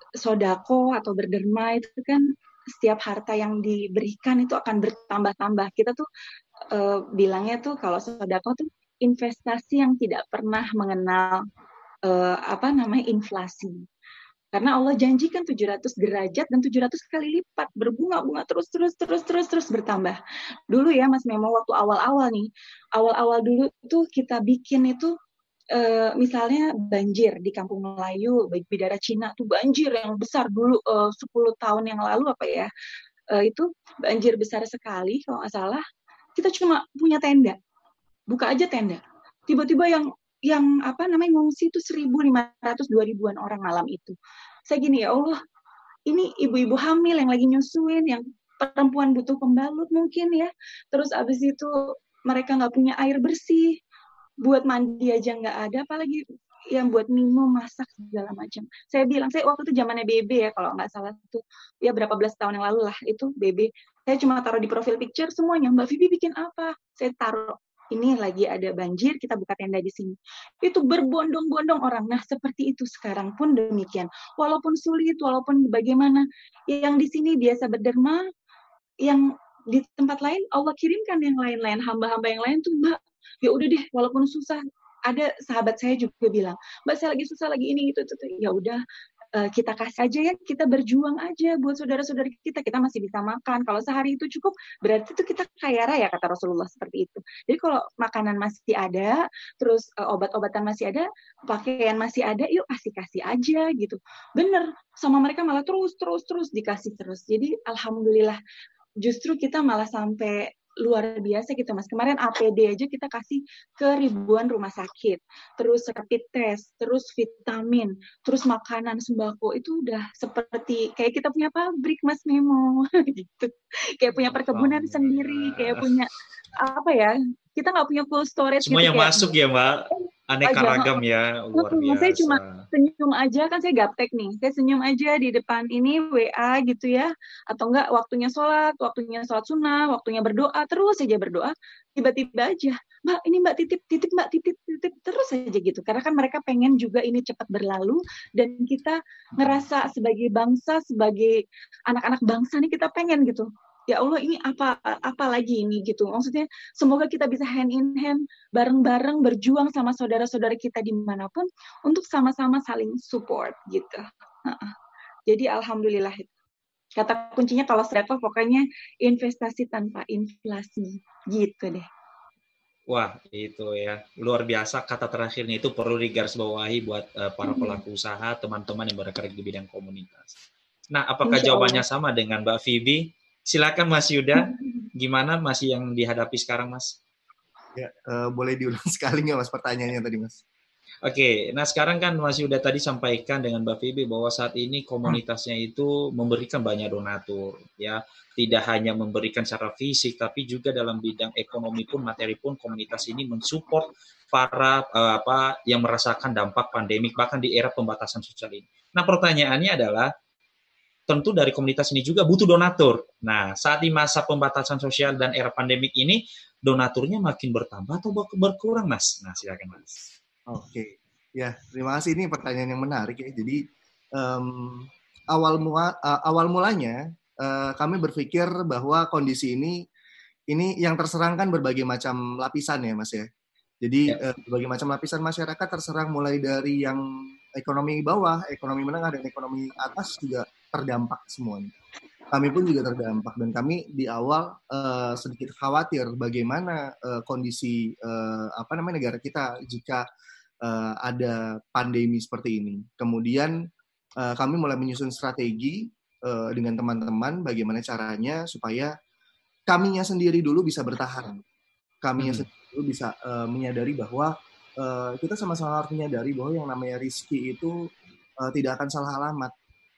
sodako atau berderma itu kan setiap harta yang diberikan itu akan bertambah-tambah. Kita tuh uh, bilangnya tuh kalau sodako tuh investasi yang tidak pernah mengenal uh, apa namanya inflasi. Karena Allah janjikan tujuh ratus derajat dan tujuh ratus kali lipat, berbunga-bunga terus terus terus terus terus bertambah. Dulu ya Mas Memo, waktu awal-awal nih, awal-awal dulu tuh kita bikin itu uh, misalnya banjir di Kampung Melayu, Bidara Cina tuh banjir yang besar dulu uh, sepuluh tahun yang lalu apa ya, uh, itu banjir besar sekali kalau nggak salah. Kita cuma punya tenda, buka aja tenda. Tiba-tiba yang yang apa namanya ngungsi itu seribu lima ratus dua ribuan orang malam itu. Saya gini, ya Allah, ini ibu-ibu hamil yang lagi nyusuin, yang perempuan butuh pembalut mungkin ya. Terus abis itu mereka nggak punya air bersih, buat mandi aja nggak ada, apalagi yang buat minum, masak segala macam. Saya bilang, saya waktu itu zamannya B B ya kalau nggak salah tuh, ya berapa belas tahun yang lalu lah itu B B. Saya cuma taruh di profil picture semuanya, Mbak Vivi bikin apa? Saya taruh. Ini lagi ada banjir, kita buka tenda di sini. Itu berbondong-bondong orang. Nah, seperti itu sekarang pun demikian. Walaupun sulit, walaupun bagaimana, yang di sini biasa berderma, yang di tempat lain Allah kirimkan yang lain-lain, hamba-hamba yang lain tuh, Mbak, ya udah deh, walaupun susah. Ada sahabat saya juga bilang, Mbak, saya lagi susah lagi ini itu itu. Ya udah, kita kasih aja ya, kita berjuang aja buat saudara-saudara kita, kita masih bisa makan. Kalau sehari itu cukup, berarti itu kita kaya raya, kata Rasulullah seperti itu. Jadi kalau makanan masih ada, terus uh, obat-obatan masih ada, pakaian masih ada, yuk kasih-kasih aja gitu. Bener, sama mereka malah terus-terus-terus dikasih terus. Jadi alhamdulillah, justru kita malah sampai luar biasa gitu Mas. Kemarin A P D aja kita kasih ke ribuan rumah sakit, terus rapid test, terus vitamin, terus makanan sembako, itu udah seperti kayak kita punya pabrik Mas Memo gitu. Kayak punya perkebunan oh, sendiri, kayak punya apa ya? Kita nggak punya cold storage.
Semua
gitu,
yang
kayak,
masuk ya Mbak, aneka aja, ragam ya, luar biasa.
Saya cuma senyum aja, kan saya gaptek nih, saya senyum aja di depan ini W A gitu ya, atau enggak waktunya sholat, waktunya sholat sunnah, waktunya berdoa, terus aja berdoa, tiba-tiba aja, Mbak ini Mbak titip, titip Mbak titip, titip, terus aja gitu, karena kan mereka pengen juga ini cepat berlalu, dan kita ngerasa sebagai bangsa, sebagai anak-anak bangsa nih kita pengen gitu, ya Allah ini apa apa lagi ini gitu. Maksudnya semoga kita bisa hand in hand, bareng-bareng berjuang sama saudara-saudara kita dimanapun untuk sama-sama saling support gitu. Uh-uh. Jadi alhamdulillah itu. Kata kuncinya kalau sedekah pokoknya investasi tanpa inflasi gitu deh.
Wah itu ya luar biasa, kata terakhirnya itu perlu digarisbawahi buat uh, para pelaku usaha, teman-teman yang bergerak di bidang komunitas. Nah apakah jawabannya sama dengan Mbak Phoebe? Silakan Mas Yuda, gimana masih yang dihadapi sekarang Mas?
Ya, uh, boleh diulang sekali nggak Mas pertanyaannya tadi Mas?
Oke, nah sekarang kan masih udah tadi sampaikan dengan Mbak Phoebe bahwa saat ini komunitasnya itu memberikan banyak donatur, ya. Tidak hanya memberikan secara fisik, tapi juga dalam bidang ekonomi pun, materi pun, komunitas ini mensupport para uh, apa yang merasakan dampak pandemik bahkan di era pembatasan sosial ini. Nah pertanyaannya adalah, tentu dari komunitas ini juga butuh donatur. Nah saat di masa pembatasan sosial dan era pandemik ini, donaturnya makin bertambah atau berkurang, Mas? Nah silakan Mas.
Oke, ya terima kasih, ini pertanyaan yang menarik ya. Jadi um, awal mula, uh, awal mulanya uh, kami berpikir bahwa kondisi ini ini yang terserang kan berbagai macam lapisan ya Mas ya. Jadi ya. uh, berbagai macam lapisan masyarakat terserang, mulai dari yang ekonomi bawah, ekonomi menengah, dan ekonomi atas juga terdampak semuanya. Kami pun juga terdampak, dan kami di awal uh, sedikit khawatir bagaimana uh, kondisi uh, apa namanya negara kita jika Uh, ada pandemi seperti ini. Kemudian uh, kami mulai menyusun strategi uh, dengan teman-teman bagaimana caranya supaya kaminya sendiri dulu bisa bertahan. Kaminya hmm. sendiri dulu bisa uh, menyadari bahwa uh, kita sama-sama harus menyadari bahwa yang namanya rezeki itu uh, tidak akan salah alamat.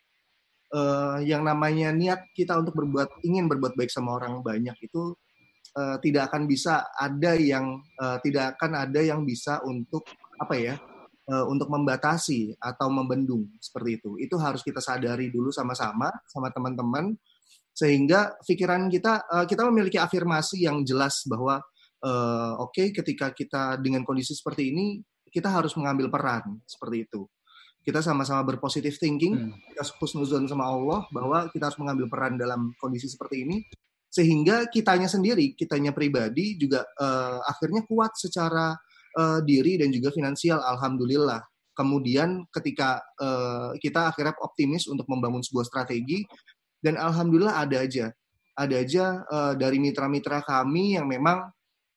Uh, yang namanya niat kita untuk berbuat, ingin berbuat baik sama orang banyak itu uh, tidak akan bisa ada yang uh, tidak akan ada yang bisa untuk apa ya, uh, untuk membatasi atau membendung seperti itu. Itu harus kita sadari dulu sama-sama, sama teman-teman, sehingga pikiran kita, uh, kita memiliki afirmasi yang jelas bahwa, uh, oke, okay, ketika kita dengan kondisi seperti ini, kita harus mengambil peran, seperti itu. Kita sama-sama berpositive thinking, hmm. kita husnuzon sama Allah, bahwa kita harus mengambil peran dalam kondisi seperti ini, sehingga kitanya sendiri, kitanya pribadi juga uh, akhirnya kuat secara Uh, diri dan juga finansial, alhamdulillah. Kemudian ketika uh, kita akhirnya optimis untuk membangun sebuah strategi, dan alhamdulillah ada aja, ada aja uh, dari mitra-mitra kami yang memang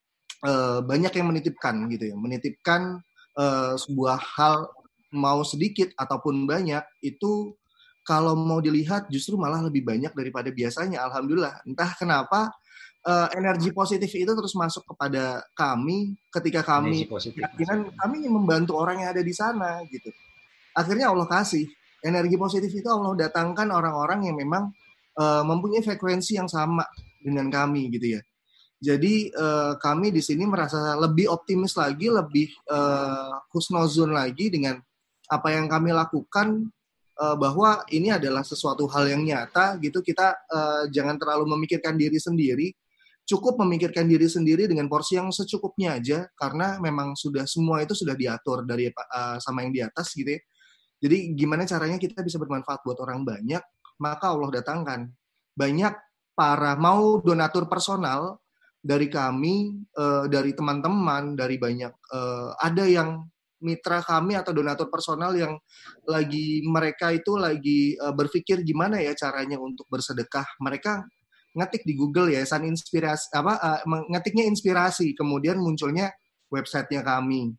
uh, banyak yang menitipkan gitu ya, menitipkan uh, sebuah hal, mau sedikit ataupun banyak, itu kalau mau dilihat justru malah lebih banyak daripada biasanya, alhamdulillah. Entah kenapa Uh, energi positif itu terus masuk kepada kami ketika kami yakinan kami ingin membantu orang yang ada di sana gitu. Akhirnya Allah kasih energi positif itu, Allah datangkan orang-orang yang memang uh, mempunyai frekuensi yang sama dengan kami gitu ya. Jadi uh, kami di sini merasa lebih optimis lagi, lebih uh, husnuzon lagi dengan apa yang kami lakukan, uh, bahwa ini adalah sesuatu hal yang nyata gitu. Kita uh, jangan terlalu memikirkan diri sendiri. Cukup memikirkan diri sendiri dengan porsi yang secukupnya aja, karena memang sudah semua itu sudah diatur dari uh, sama yang di atas gitu ya. Jadi gimana caranya kita bisa bermanfaat buat orang banyak, maka Allah datangkan banyak para mau donatur personal dari kami, uh, dari teman-teman, dari banyak uh, ada yang mitra kami atau donatur personal yang lagi mereka itu lagi uh, berpikir gimana ya caranya untuk bersedekah. Mereka ngetik di Google Yayasan Inspirasi, apa uh, ngetiknya inspirasi, kemudian munculnya websitenya kami.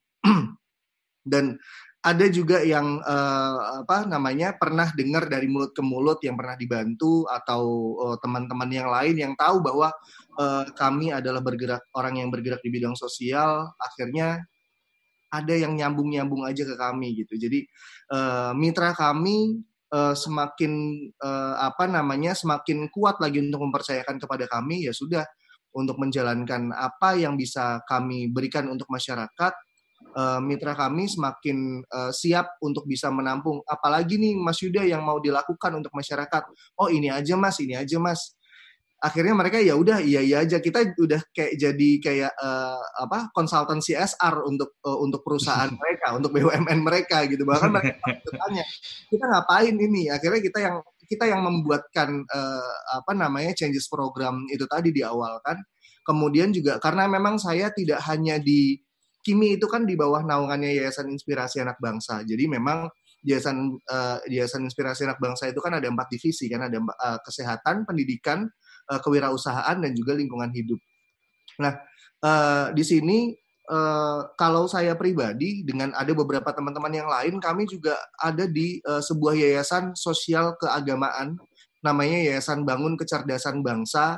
Dan ada juga yang uh, apa namanya pernah dengar dari mulut ke mulut yang pernah dibantu, atau uh, teman-teman yang lain yang tahu bahwa uh, kami adalah bergerak orang yang bergerak di bidang sosial, akhirnya ada yang nyambung-nyambung aja ke kami gitu. Jadi uh, mitra kami Uh, semakin uh, apa namanya semakin kuat lagi untuk mempercayakan kepada kami, ya sudah, untuk menjalankan apa yang bisa kami berikan untuk masyarakat. Uh, mitra kami semakin uh, siap untuk bisa menampung apalagi nih Mas Yuda yang mau dilakukan untuk masyarakat. Oh ini aja Mas, ini aja Mas. Akhirnya mereka ya udah iya iya aja, kita udah kayak jadi kayak uh, apa konsultan C S R untuk uh, untuk perusahaan mereka, untuk B U M N mereka gitu. Bahkan mereka bertanya, kita ngapain ini? Akhirnya kita yang kita yang membuatkan uh, apa namanya changes program itu tadi di awal kan. Kemudian juga karena memang saya tidak hanya di Kimi itu kan di bawah naungannya Yayasan Inspirasi Anak Bangsa. Jadi memang Yayasan uh, Yayasan Inspirasi Anak Bangsa itu kan ada empat divisi kan, ada uh, kesehatan, pendidikan, kewirausahaan, dan juga lingkungan hidup. Nah, uh, di sini uh, kalau saya pribadi dengan ada beberapa teman-teman yang lain, kami juga ada di uh, sebuah yayasan sosial keagamaan, namanya Yayasan Bangun Kecerdasan Bangsa.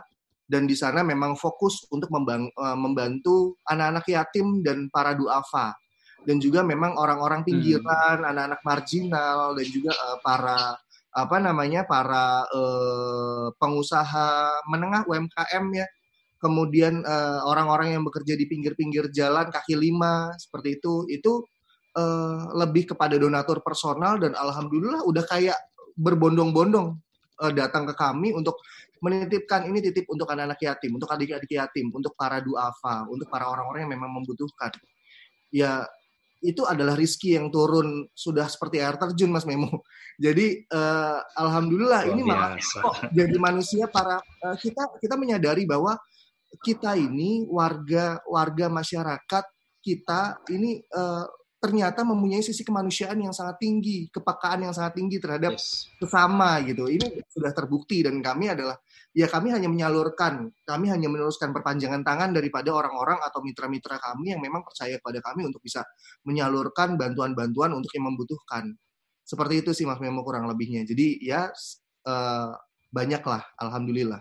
dan di sana memang fokus untuk membang, uh, membantu anak-anak yatim dan para duafa, dan juga memang orang-orang pinggiran, hmm. anak-anak marginal, dan juga uh, para apa namanya para uh, pengusaha menengah U M K M ya, kemudian uh, orang-orang yang bekerja di pinggir-pinggir jalan kaki lima seperti itu, itu uh, lebih kepada donatur personal, dan alhamdulillah udah kayak berbondong-bondong uh, datang ke kami untuk menitipkan ini titip untuk anak-anak yatim, untuk adik-adik yatim, untuk para duafa, untuk para orang-orang yang memang membutuhkan. Ya, itu adalah rezeki yang turun sudah seperti air terjun, Mas Memo. Jadi uh, alhamdulillah Luar ini malah kok jadi manusia para uh, kita kita menyadari bahwa kita ini warga warga masyarakat kita ini uh, ternyata mempunyai sisi kemanusiaan yang sangat tinggi, kepekaan yang sangat tinggi terhadap yes. sesama gitu. Ini sudah terbukti, dan kami adalah ya kami hanya menyalurkan, kami hanya meneruskan perpanjangan tangan daripada orang-orang atau mitra-mitra kami yang memang percaya kepada kami untuk bisa menyalurkan bantuan-bantuan untuk yang membutuhkan. Seperti itu sih Mas Memo kurang lebihnya. Jadi ya uh, banyaklah, alhamdulillah.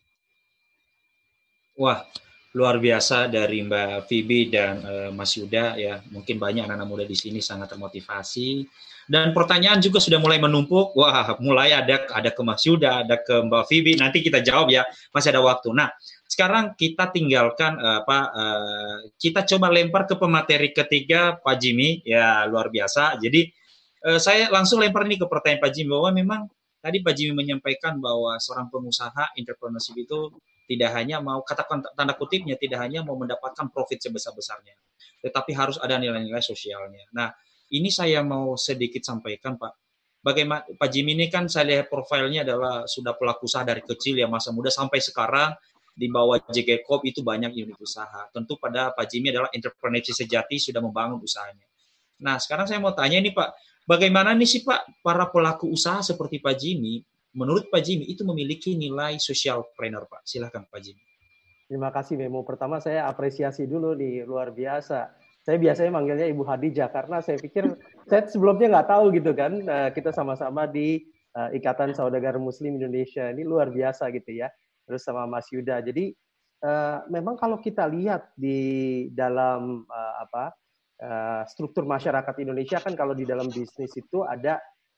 Wah, luar biasa dari Mbak Phoebe dan uh, Mas Yuda ya. Mungkin banyak anak-anak muda di sini sangat termotivasi. Dan pertanyaan juga sudah mulai menumpuk. Wah, mulai ada ada ke Mas Yuda, ada ke Mbak Phoebe. Nanti kita jawab ya. Masih ada waktu. Nah, sekarang kita tinggalkan uh, apa? Uh, kita coba lempar ke pemateri ketiga, Pak Jimmy. Ya, luar biasa. Jadi uh, saya langsung lempar ini ke pertanyaan Pak Jimmy bahwa memang tadi Pak Jimmy menyampaikan bahwa seorang pengusaha entrepreneurship itu tidak hanya mau, katakan tanda kutipnya, tidak hanya mau mendapatkan profit sebesar-besarnya, tetapi harus ada nilai-nilai sosialnya. Nah, ini saya mau sedikit sampaikan, Pak. Bagaimana Pak Jimmy ini kan saya lihat profilnya adalah sudah pelaku usaha dari kecil ya, masa muda sampai sekarang di bawah J G Corp itu banyak unit usaha. Tentu pada Pak Jimmy adalah entrepreneur sejati, sudah membangun usahanya. Nah, sekarang saya mau tanya nih Pak, bagaimana nih sih Pak para pelaku usaha seperti Pak Jimmy, menurut Pak Jimmy itu memiliki nilai socialpreneur, Pak? Silakan Pak Jimmy.
Terima kasih Memo. Pertama saya apresiasi dulu nih, luar biasa. Saya biasanya manggilnya Ibu Hadijah karena saya pikir saya sebelumnya nggak tahu gitu kan. Kita sama-sama di Ikatan Saudagar Muslim Indonesia, ini luar biasa gitu ya. Terus sama Mas Yuda. Jadi memang kalau kita lihat di dalam apa struktur masyarakat Indonesia kan, kalau di dalam bisnis itu ada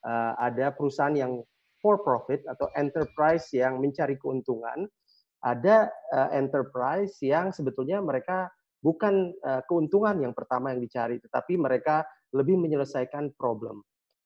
ada perusahaan yang for profit atau enterprise yang mencari keuntungan, ada uh, enterprise yang sebetulnya mereka bukan uh, keuntungan yang pertama yang dicari, tetapi mereka lebih menyelesaikan problem.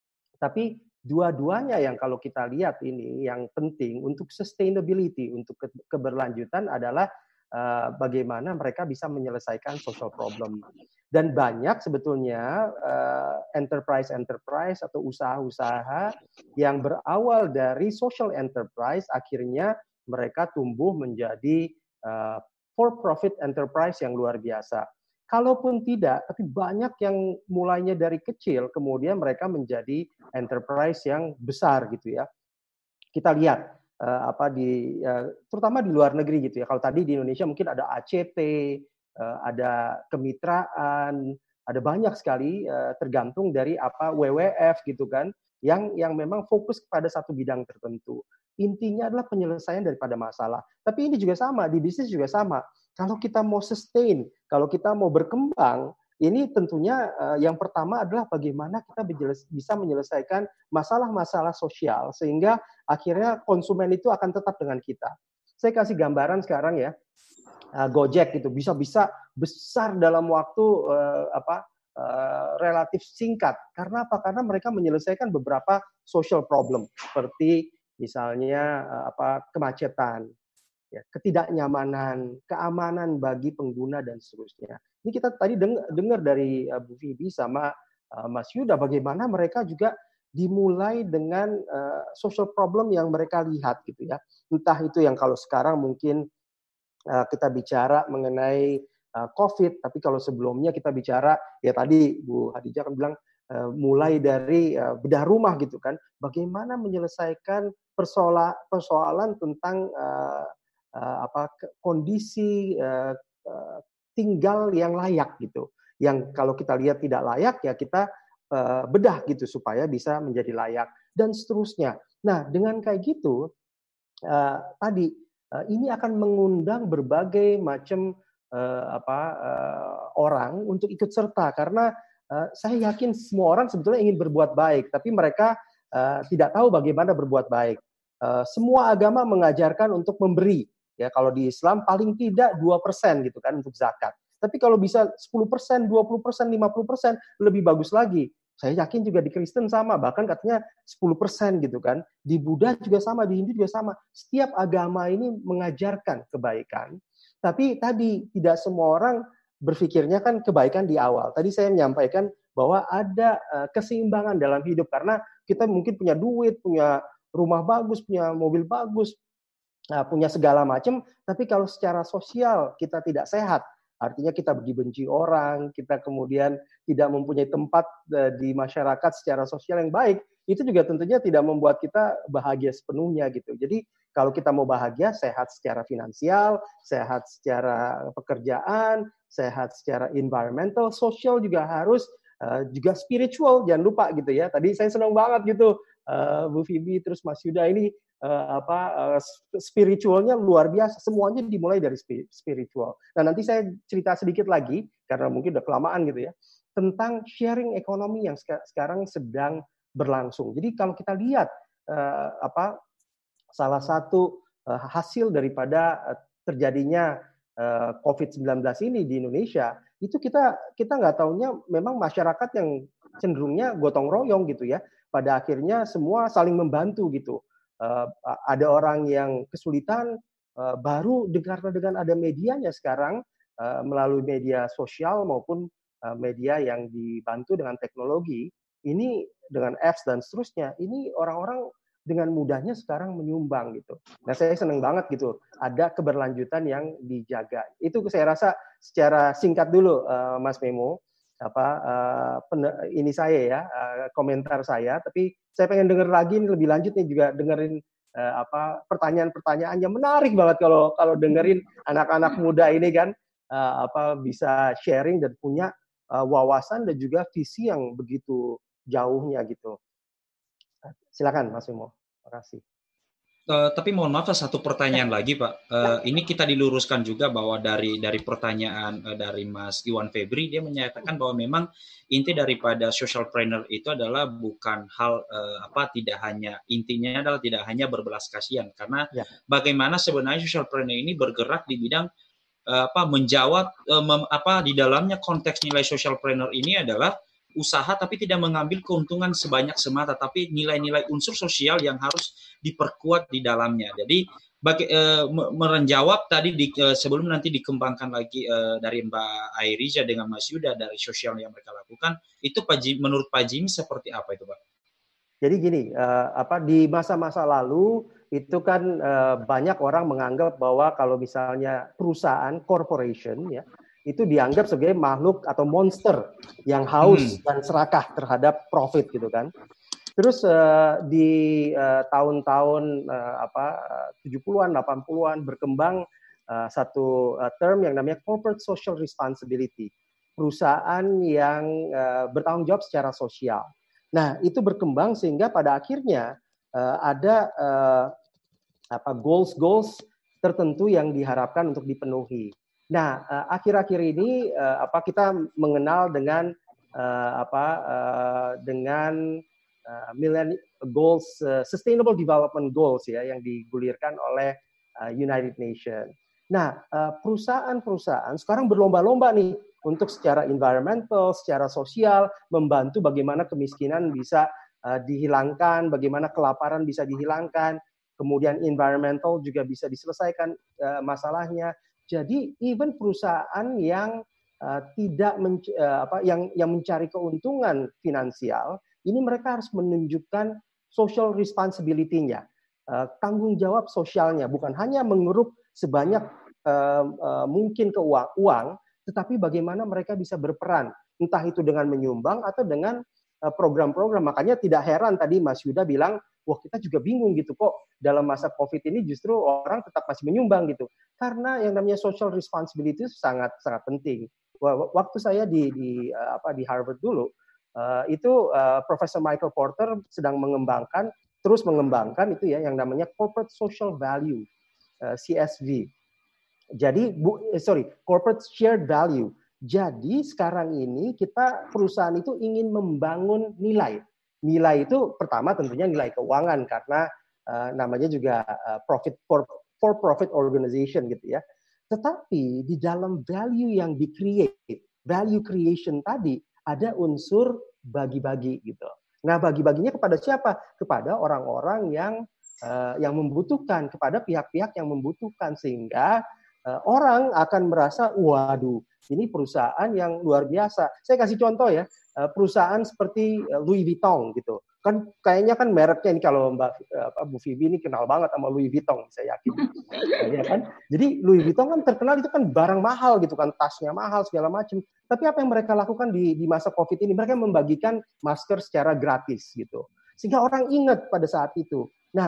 Tapi dua-duanya yang kalau kita lihat ini yang penting untuk sustainability, untuk ke- keberlanjutan adalah uh, bagaimana mereka bisa menyelesaikan social problem. Dan banyak sebetulnya uh, enterprise-enterprise atau usaha-usaha yang berawal dari social enterprise, akhirnya mereka tumbuh menjadi uh, for-profit enterprise yang luar biasa. Kalaupun tidak, tapi banyak yang mulainya dari kecil, kemudian mereka menjadi enterprise yang besar gitu ya. Kita lihat uh, apa di, uh, terutama di luar negeri gitu ya. Kalau tadi di Indonesia mungkin ada A C T, uh, ada kemitraan, ada banyak sekali uh, tergantung dari apa W W F gitu kan, yang yang memang fokus kepada satu bidang tertentu. Intinya adalah penyelesaian daripada masalah. Tapi ini juga sama, di bisnis juga sama. Kalau kita mau sustain, kalau kita mau berkembang, ini tentunya uh, yang pertama adalah bagaimana kita bisa menyelesaikan masalah-masalah sosial sehingga akhirnya konsumen itu akan tetap dengan kita. Saya kasih gambaran sekarang ya, uh, Gojek gitu bisa-bisa besar dalam waktu uh, apa uh, relatif singkat. Karena apa? Karena mereka menyelesaikan beberapa social problem seperti misalnya uh, apa kemacetan, ya, ketidaknyamanan, keamanan bagi pengguna dan seterusnya. Ini kita tadi dengar, dengar dari uh, Bu Phoebe sama uh, Mas Yuda bagaimana mereka juga dimulai dengan uh, social problem yang mereka lihat gitu ya. Entah itu yang kalau sekarang mungkin uh, kita bicara mengenai uh, COVID, tapi kalau sebelumnya kita bicara ya tadi Bu Hadijah kan bilang uh, mulai dari uh, bedah rumah gitu kan. Bagaimana menyelesaikan persoalan persoalan tentang uh, Uh, apa kondisi uh, uh, tinggal yang layak gitu, yang kalau kita lihat tidak layak ya kita uh, bedah gitu supaya bisa menjadi layak dan seterusnya. Nah dengan kayak gitu uh, tadi uh, ini akan mengundang berbagai macam uh, apa uh, orang untuk ikut serta karena uh, saya yakin semua orang sebetulnya ingin berbuat baik, tapi mereka uh, tidak tahu bagaimana berbuat baik. Uh, semua agama mengajarkan untuk memberi. Ya, kalau di Islam paling tidak dua persen gitu kan untuk zakat. Tapi kalau bisa sepuluh persen, dua puluh persen, lima puluh persen lebih bagus lagi. Saya yakin juga di Kristen sama, bahkan katanya sepuluh persen gitu kan. Di Buddha juga sama, di Hindu juga sama. Setiap agama ini mengajarkan kebaikan. Tapi tadi tidak semua orang berpikirnya kan kebaikan di awal. Tadi saya menyampaikan bahwa ada uh, keseimbangan dalam hidup karena kita mungkin punya duit, punya rumah bagus, punya mobil bagus, uh, punya segala macam, tapi kalau secara sosial kita tidak sehat, artinya kita dibenci orang, kita kemudian tidak mempunyai tempat uh, di masyarakat secara sosial yang baik, itu juga tentunya tidak membuat kita bahagia sepenuhnya gitu. Jadi kalau kita mau bahagia, sehat secara finansial, sehat secara pekerjaan, sehat secara environmental, sosial juga harus, uh, juga spiritual, jangan lupa gitu ya. Tadi saya senang banget gitu, uh, Bu Fibi terus Mas Yuda ini uh, apa uh, spiritualnya luar biasa. Semuanya dimulai dari spiritual. Nah nanti saya cerita sedikit lagi karena mungkin udah kelamaan gitu ya tentang sharing ekonomi yang sekarang sedang berlangsung. Jadi kalau kita lihat uh, apa salah satu uh, hasil daripada uh, terjadinya uh, covid sembilan belas ini di Indonesia, itu kita kita nggak taunya memang masyarakat yang cenderungnya gotong royong gitu ya. Pada akhirnya semua saling membantu gitu. Uh, ada orang yang kesulitan, uh, baru karena dengan ada medianya sekarang, uh, melalui media sosial maupun uh, media yang dibantu dengan teknologi, ini dengan apps dan seterusnya, ini orang-orang dengan mudahnya sekarang menyumbang gitu. Nah saya senang banget gitu, ada keberlanjutan yang dijaga. Itu saya rasa secara singkat dulu, uh, Mas Memo, apa uh, pen- ini saya ya uh, komentar saya. Tapi saya pengen denger lagi lebih lanjut nih juga dengerin uh, apa pertanyaan-pertanyaan yang menarik banget kalau kalau dengerin anak-anak muda ini kan uh, apa bisa sharing dan punya uh, wawasan dan juga visi yang begitu jauhnya gitu. Silakan Mas Memo. Terima kasih.
Uh, tapi mohon maaf satu pertanyaan lagi Pak. Uh, ini kita diluruskan juga bahwa dari dari pertanyaan uh, dari Mas Iwan Febri, dia menyatakan bahwa memang inti daripada socialpreneur itu adalah bukan hal uh, apa tidak hanya intinya adalah tidak hanya berbelas kasihan, karena ya. Bagaimana sebenarnya socialpreneur ini bergerak di bidang uh, apa menjawab uh, mem, apa di dalamnya konteks nilai socialpreneur ini adalah usaha tapi tidak mengambil keuntungan sebanyak semata, tapi nilai-nilai unsur sosial yang harus diperkuat di dalamnya. Jadi bagi, eh, merenjawab tadi di, eh, sebelum nanti dikembangkan lagi eh, dari Mbak Airiza dengan Mas Yuda dari sosial yang mereka lakukan, itu Pak Jim, menurut Pak Jimmy seperti apa itu Pak?
Jadi gini, eh, apa di masa-masa lalu itu kan eh, banyak orang menganggap bahwa kalau misalnya perusahaan corporation ya itu dianggap sebagai makhluk atau monster yang haus hmm. dan serakah terhadap profit gitu kan. Terus uh, di uh, tahun-tahun uh, apa tujuh puluhan, delapan puluhan berkembang uh, satu uh, term yang namanya corporate social responsibility. Perusahaan yang uh, bertanggung jawab secara sosial. Nah, itu berkembang sehingga pada akhirnya uh, ada uh, apa goals-goals tertentu yang diharapkan untuk dipenuhi. Nah, uh, akhir-akhir ini uh, apa kita mengenal dengan uh, apa uh, dengan uh, millennial goals, uh, sustainable development goals ya yang digulirkan oleh uh, United Nations. Nah, uh, perusahaan-perusahaan sekarang berlomba-lomba nih untuk secara environmental, secara sosial membantu bagaimana kemiskinan bisa uh, dihilangkan, bagaimana kelaparan bisa dihilangkan, kemudian environmental juga bisa diselesaikan uh, masalahnya. Jadi even perusahaan yang uh, tidak menc- uh, apa yang yang mencari keuntungan finansial, ini mereka harus menunjukkan social responsibility-nya, uh, tanggung jawab sosialnya, bukan hanya mengeruk sebanyak uh, uh, mungkin ke uang, uang, tetapi bagaimana mereka bisa berperan, entah itu dengan menyumbang atau dengan uh, program-program. Makanya tidak heran tadi Mas Yuda bilang, wah kita juga bingung gitu kok dalam masa COVID ini justru orang tetap masih menyumbang gitu. Karena yang namanya social responsibility itu sangat sangat penting. Waktu saya di di apa di Harvard dulu, uh, itu uh, Profesor Michael Porter sedang mengembangkan terus mengembangkan itu ya yang namanya corporate social value. uh, C S V. Jadi bu, eh, sorry, corporate shared value. Jadi sekarang ini kita perusahaan itu ingin membangun nilai. Nilai itu pertama tentunya nilai keuangan karena uh, namanya juga uh, profit for for profit organization gitu ya. Tetapi di dalam value yang di create, value creation tadi ada unsur bagi-bagi gitu. Nah, bagi-baginya kepada siapa? Kepada orang-orang yang uh, yang membutuhkan, kepada pihak-pihak yang membutuhkan sehingga uh, orang akan merasa, waduh, ini perusahaan yang luar biasa. Saya kasih contoh ya, perusahaan seperti Louis Vuitton gitu. Kan kayaknya kan mereknya ini kalau Mbak Bu Phoebe ini kenal banget sama Louis Vuitton, saya yakin. Ya kan? Jadi Louis Vuitton kan terkenal itu kan barang mahal gitu kan, tasnya mahal segala macam. Tapi apa yang mereka lakukan di, di masa Covid ini? Mereka membagikan masker secara gratis gitu. Sehingga orang ingat pada saat itu. Nah,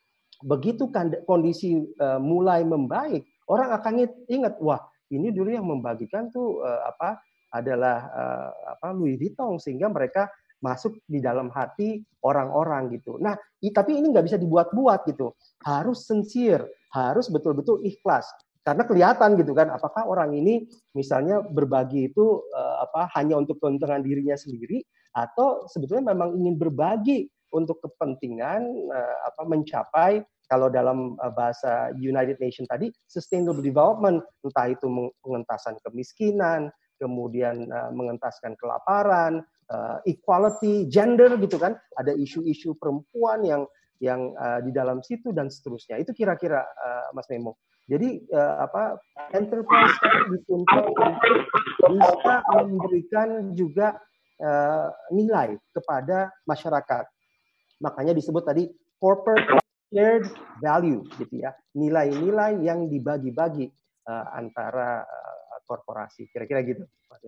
begitu kondisi uh, mulai membaik, orang akan ingat, wah, ini dulu yang membagikan tuh uh, apa adalah uh, apa Louis Vuitton, sehingga mereka masuk di dalam hati orang-orang gitu. Nah, i, tapi ini nggak bisa dibuat-buat gitu. Harus sincere, harus betul-betul ikhlas. Karena kelihatan gitu kan, apakah orang ini misalnya berbagi itu uh, apa hanya untuk keuntungan dirinya sendiri atau sebetulnya memang ingin berbagi untuk kepentingan uh, apa mencapai, kalau dalam bahasa United Nations tadi, sustainable development, entah itu pengentasan kemiskinan, kemudian uh, mengentaskan kelaparan, uh, equality, gender gitu kan, ada isu-isu perempuan yang yang uh, di dalam situ dan seterusnya. Itu kira-kira uh, Mas Memo. Jadi uh, apa enterprise dituntut untuk bisa memberikan juga uh, nilai kepada masyarakat. Makanya disebut tadi corporate shared value gitu ya, nilai-nilai yang dibagi-bagi uh, antara uh, korporasi, kira-kira gitu.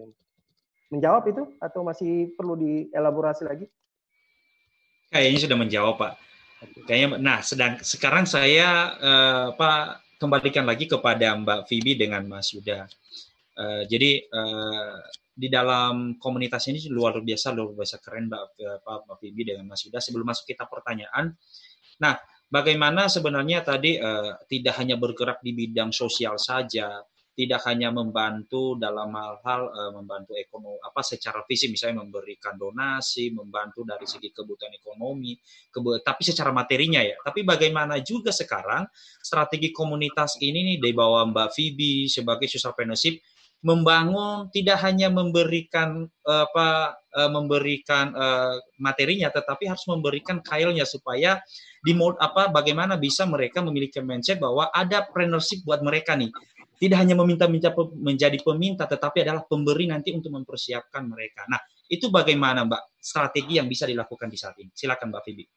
Menjawab itu atau masih perlu dielaborasi lagi?
Kayaknya sudah menjawab, Pak. Kayaknya, nah sedang sekarang saya uh, Pak kembalikan lagi kepada Mbak Phoebe dengan Mas Yuda. Uh, jadi uh, di dalam komunitas ini luar biasa, luar biasa keren Mbak, Pak, Mbak Phoebe dengan Mas Yuda. Sebelum masuk kita pertanyaan, nah bagaimana sebenarnya tadi uh, tidak hanya bergerak di bidang sosial saja, tidak hanya membantu dalam hal-hal uh, membantu ekonomi apa secara fisik, misalnya memberikan donasi, membantu dari segi kebutuhan ekonomi, kebu- tapi secara materinya ya. Tapi bagaimana juga sekarang strategi komunitas ini nih di bawah Mbak Phoebe sebagai social partnership membangun, tidak hanya memberikan uh, apa uh, memberikan uh, materinya, tetapi harus memberikan kailnya supaya di mode apa bagaimana bisa mereka memiliki mindset bahwa ada partnership buat mereka nih. Tidak hanya meminta-minta menjadi peminta, tetapi adalah pemberi nanti untuk mempersiapkan mereka. Nah, itu bagaimana Mbak strategi yang bisa dilakukan di saat ini? Silakan Mbak Phoebe.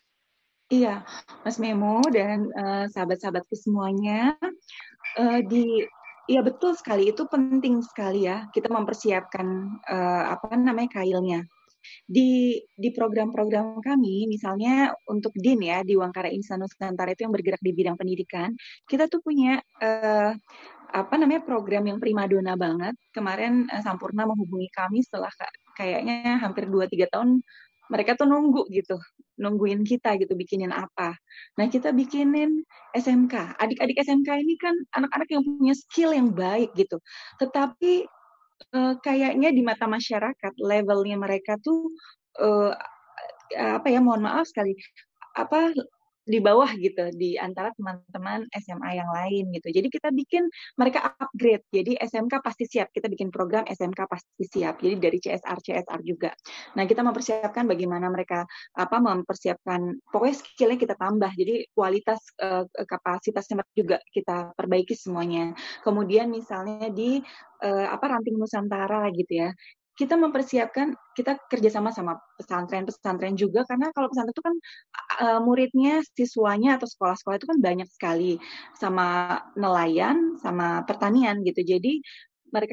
Iya, Mas Memo dan uh, sahabat-sahabatku semuanya, uh, di Iya betul sekali, itu penting sekali ya kita mempersiapkan uh, apa namanya kailnya. Di di program-program kami, misalnya untuk D I N ya, di Wangkara Instan Nusantara itu yang bergerak di bidang pendidikan, kita tuh punya uh, apa namanya program yang primadona banget. Kemarin uh, Sampurna menghubungi kami setelah kayaknya hampir dua tiga tahun mereka tuh nunggu gitu, nungguin kita gitu bikinin apa. Nah, kita bikinin S M K. Adik-adik S M K ini kan anak-anak yang punya skill yang baik gitu. Tetapi uh, kayaknya di mata masyarakat levelnya mereka tuh uh, apa ya, mohon maaf sekali, apa di bawah gitu di antara teman-teman S M A yang lain gitu. Jadi kita bikin mereka upgrade. Jadi S M K pasti siap. Kita bikin program S M K pasti siap. Jadi dari C S R C S R juga. Nah, kita mempersiapkan bagaimana mereka apa mempersiapkan pokoknya skillnya kita tambah. Jadi kualitas uh, kapasitasnya juga kita perbaiki semuanya. Kemudian misalnya di uh, apa ranting Nusantara gitu ya. Kita mempersiapkan, kita kerjasama sama pesantren-pesantren juga, karena kalau pesantren itu kan uh, muridnya, siswanya atau sekolah-sekolah itu kan banyak sekali, sama nelayan, sama pertanian gitu. Jadi mereka kan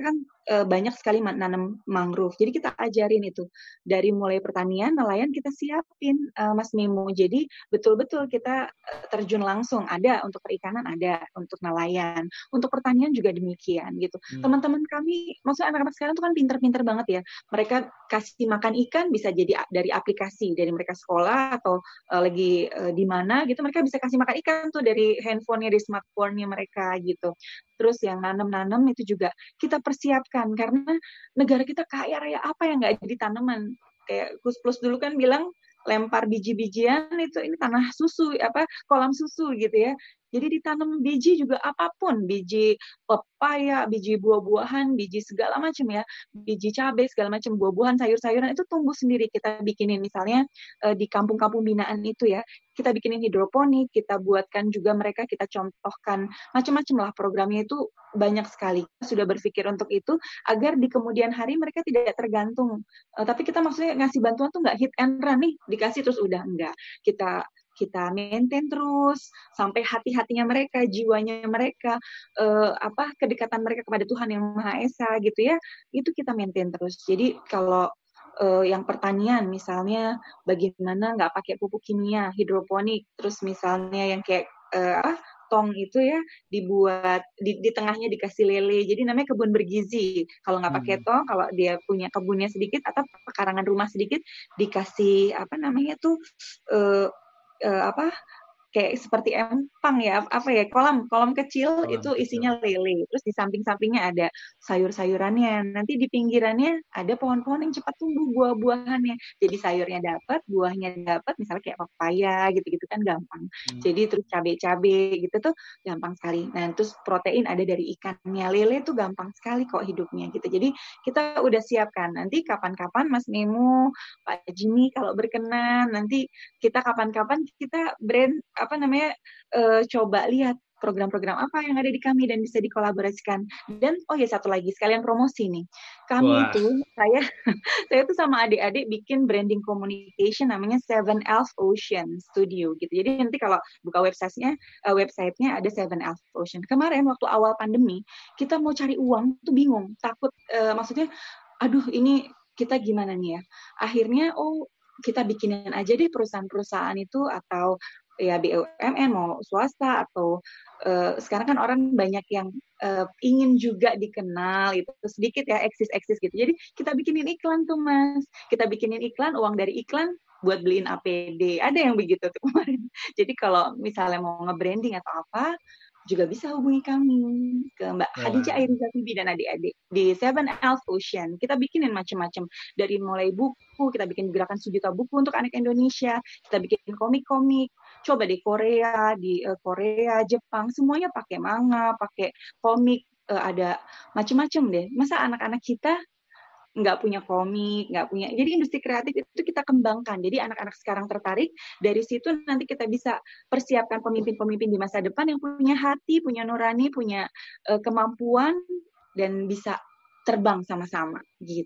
uh, banyak sekali nanam mangrove. Jadi kita ajarin itu dari mulai pertanian, nelayan kita siapin, uh, Mas Mimo. Jadi betul-betul kita uh, terjun langsung. Ada untuk perikanan, ada untuk nelayan, untuk pertanian juga demikian gitu. Hmm. Teman-teman kami, maksudnya anak-anak sekarang tuh kan pinter-pinter banget ya. Mereka kasih makan ikan bisa jadi dari aplikasi, dari mereka sekolah atau uh, lagi uh, di mana gitu, mereka bisa kasih makan ikan tuh dari handphonenya, dari smartphone-nya mereka gitu. Terus yang nanam-nanam itu juga kita persiapkan karena negara kita kaya raya apa yang nggak jadi tanaman. Kayak Gus Plus dulu kan bilang lempar biji-bijian itu ini tanah susu apa kolam susu gitu ya. Jadi ditanam biji juga apapun, biji pepaya, biji buah-buahan, biji segala macam ya, biji cabai segala macam, buah-buahan, sayur-sayuran itu tumbuh sendiri. Kita bikinin misalnya eh, di kampung-kampung binaan itu ya, kita bikinin hidroponik, kita buatkan juga mereka, kita contohkan macam-macam lah programnya itu banyak sekali. Kita sudah berpikir untuk itu agar di kemudian hari mereka tidak tergantung. Uh, tapi kita maksudnya ngasih bantuan tuh nggak hit and run nih, dikasih terus udah enggak. Kita kita maintain terus sampai hati-hatinya mereka, jiwanya mereka, eh, apa kedekatan mereka kepada Tuhan yang Maha Esa gitu ya, itu kita maintain terus. Jadi kalau eh, yang pertanian misalnya bagaimana nggak pakai pupuk kimia, hidroponik, terus misalnya yang kayak eh, ah, tong itu ya dibuat di, di tengahnya dikasih lele, jadi namanya kebun bergizi. Kalau nggak pakai tong, kalau dia punya kebunnya sedikit atau pekarangan rumah sedikit dikasih apa namanya tuh eh, Uh, apa kayak seperti empang ya apa ya kolam kolam kecil kolam itu isinya kecil. Lele, terus di samping-sampingnya ada sayur-sayurannya, nanti di pinggirannya ada pohon-pohon yang cepat tumbuh buah-buahannya, jadi sayurnya dapat, buahnya dapat, misalnya kayak papaya gitu-gitu kan gampang. hmm. Jadi terus cabai-cabai gitu tuh gampang sekali. Nah terus protein ada dari ikannya, lele tuh gampang sekali kok hidupnya gitu. Jadi kita udah siapkan, nanti kapan-kapan Mas Memo, Pak Jimmy kalau berkenan, nanti kita kapan-kapan kita brand apa namanya uh, coba lihat program-program apa yang ada di kami dan bisa dikolaborasikan. Dan oh ya satu lagi sekalian promosi nih. Kami Wah. itu saya saya tuh sama adik-adik bikin branding communication namanya Seven Elf Ocean Studio gitu. Jadi nanti kalau buka websitenya uh, websitenya ada Seven Elf Ocean. Kemarin waktu awal pandemi kita mau cari uang tuh bingung, takut uh, maksudnya aduh ini kita gimana nih ya. Akhirnya oh kita bikinin aja deh perusahaan-perusahaan itu atau ya B U M N mau swasta atau uh, sekarang kan orang banyak yang uh, ingin juga dikenal itu sedikit ya eksis-eksis gitu. Jadi kita bikinin iklan tuh Mas. Kita bikinin iklan, uang dari iklan buat beliin A P D. Ada yang begitu tuh kemarin. Jadi kalau misalnya mau nge-branding atau apa juga bisa hubungi kami ke Mbak oh. Khadijah Airiza Tibi dan adik-adik di Seven Elf Ocean. Kita bikinin macam-macam dari mulai buku, kita bikin gerakan sejuta buku untuk anak Indonesia, kita bikin komik-komik. Coba di Korea, di uh, Korea, Jepang, semuanya pakai manga, pakai komik, uh, ada macam-macam deh. Masa anak-anak kita nggak punya komik, nggak punya. Jadi industri kreatif itu kita kembangkan. Jadi anak-anak sekarang tertarik, dari situ nanti kita bisa persiapkan pemimpin-pemimpin di masa depan yang punya hati, punya nurani, punya uh, kemampuan, dan bisa terbang sama-sama gitu.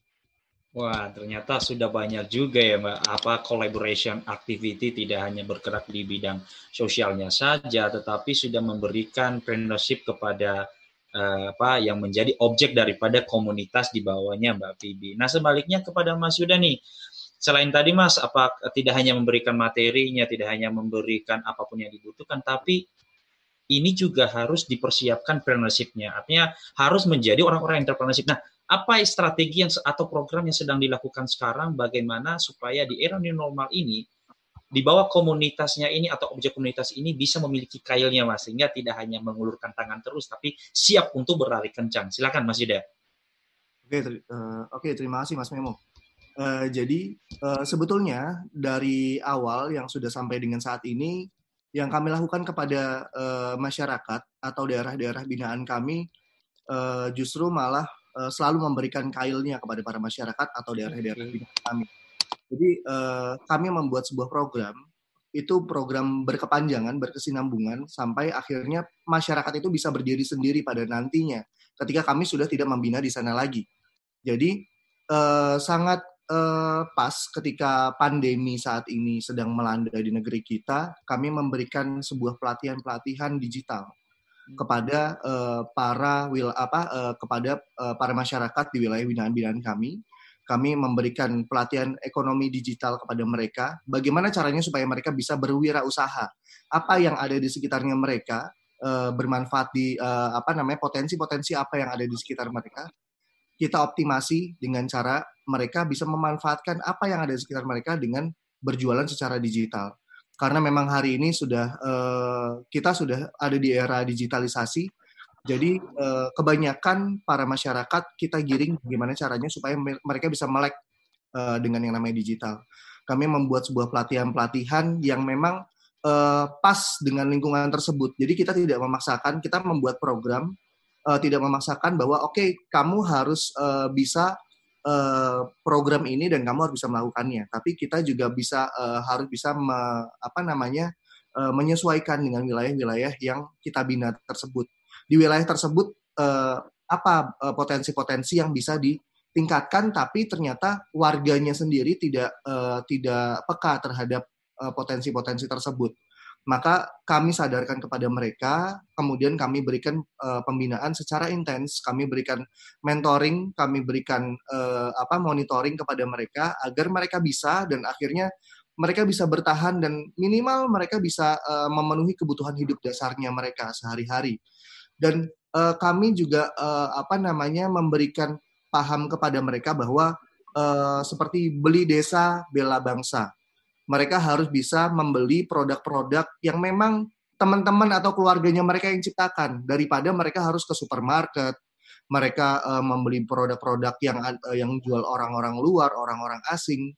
Wah, ternyata sudah banyak juga ya Mbak, apa collaboration activity tidak hanya bergerak di bidang sosialnya saja, tetapi sudah memberikan partnership kepada Uh, apa yang menjadi objek daripada komunitas di bawahnya Mbak Fibi. Nah sebaliknya kepada Mas Yuda nih, selain tadi Mas, apa tidak hanya memberikan materinya, tidak hanya memberikan apapun yang dibutuhkan, tapi ini juga harus dipersiapkan partnership-nya. Artinya harus menjadi orang-orang entrepreneurship. Nah, apa strategi yang atau program yang sedang dilakukan sekarang, bagaimana supaya di era new normal ini di bawah komunitasnya ini atau objek komunitas ini bisa memiliki kailnya Mas, sehingga tidak hanya mengulurkan tangan terus, tapi siap untuk berlari kencang. Silakan Mas Yuda.
Oke, ter- uh, oke terima kasih Mas Memo. Uh, jadi uh, sebetulnya dari awal yang sudah sampai dengan saat ini, yang kami lakukan kepada uh, masyarakat atau daerah-daerah binaan kami uh, justru malah uh, selalu memberikan kailnya kepada para masyarakat atau daerah-daerah binaan kami. Jadi uh, kami membuat sebuah program, itu program berkepanjangan, berkesinambungan, sampai akhirnya masyarakat itu bisa berdiri sendiri pada nantinya, ketika kami sudah tidak membina di sana lagi. Jadi uh, sangat uh, pas ketika pandemi saat ini sedang melanda di negeri kita, kami memberikan sebuah pelatihan-pelatihan digital. kepada uh, para wil apa uh, kepada uh, para masyarakat di wilayah binaan-binaan kami. Kami memberikan pelatihan ekonomi digital kepada mereka. Bagaimana caranya supaya mereka bisa berwirausaha? Apa yang ada di sekitarnya mereka uh, bermanfaat di uh, apa namanya potensi-potensi apa yang ada di sekitar mereka? Kita optimasi dengan cara mereka bisa memanfaatkan apa yang ada di sekitar mereka dengan berjualan secara digital. Karena memang hari ini sudah uh, kita sudah ada di era digitalisasi, jadi uh, kebanyakan para masyarakat kita giring bagaimana caranya supaya mereka bisa melek uh, dengan yang namanya digital. Kami membuat sebuah pelatihan-pelatihan yang memang uh, pas dengan lingkungan tersebut. Jadi kita tidak memaksakan, kita membuat program uh, tidak memaksakan bahwa oke okay, kamu harus uh, bisa Uh, program ini dan kamu harus bisa melakukannya. Tapi kita juga bisa uh, harus bisa me, apa namanya uh, menyesuaikan dengan wilayah-wilayah yang kita bina tersebut. Di wilayah tersebut uh, apa uh, potensi-potensi yang bisa ditingkatkan, tapi ternyata warganya sendiri tidak uh, tidak peka terhadap uh, potensi-potensi tersebut. Maka kami sadarkan kepada mereka, kemudian kami berikan uh, pembinaan secara intens, kami berikan mentoring, kami berikan uh, apa monitoring kepada mereka agar mereka bisa dan akhirnya mereka bisa bertahan dan minimal mereka bisa uh, memenuhi kebutuhan hidup dasarnya mereka sehari-hari. Dan uh, kami juga uh, apa namanya memberikan paham kepada mereka bahwa uh, seperti beli desa bela bangsa. Mereka harus bisa membeli produk-produk yang memang teman-teman atau keluarganya mereka yang ciptakan daripada mereka harus ke supermarket, mereka uh, membeli produk-produk yang uh, yang jual orang-orang luar, orang-orang asing.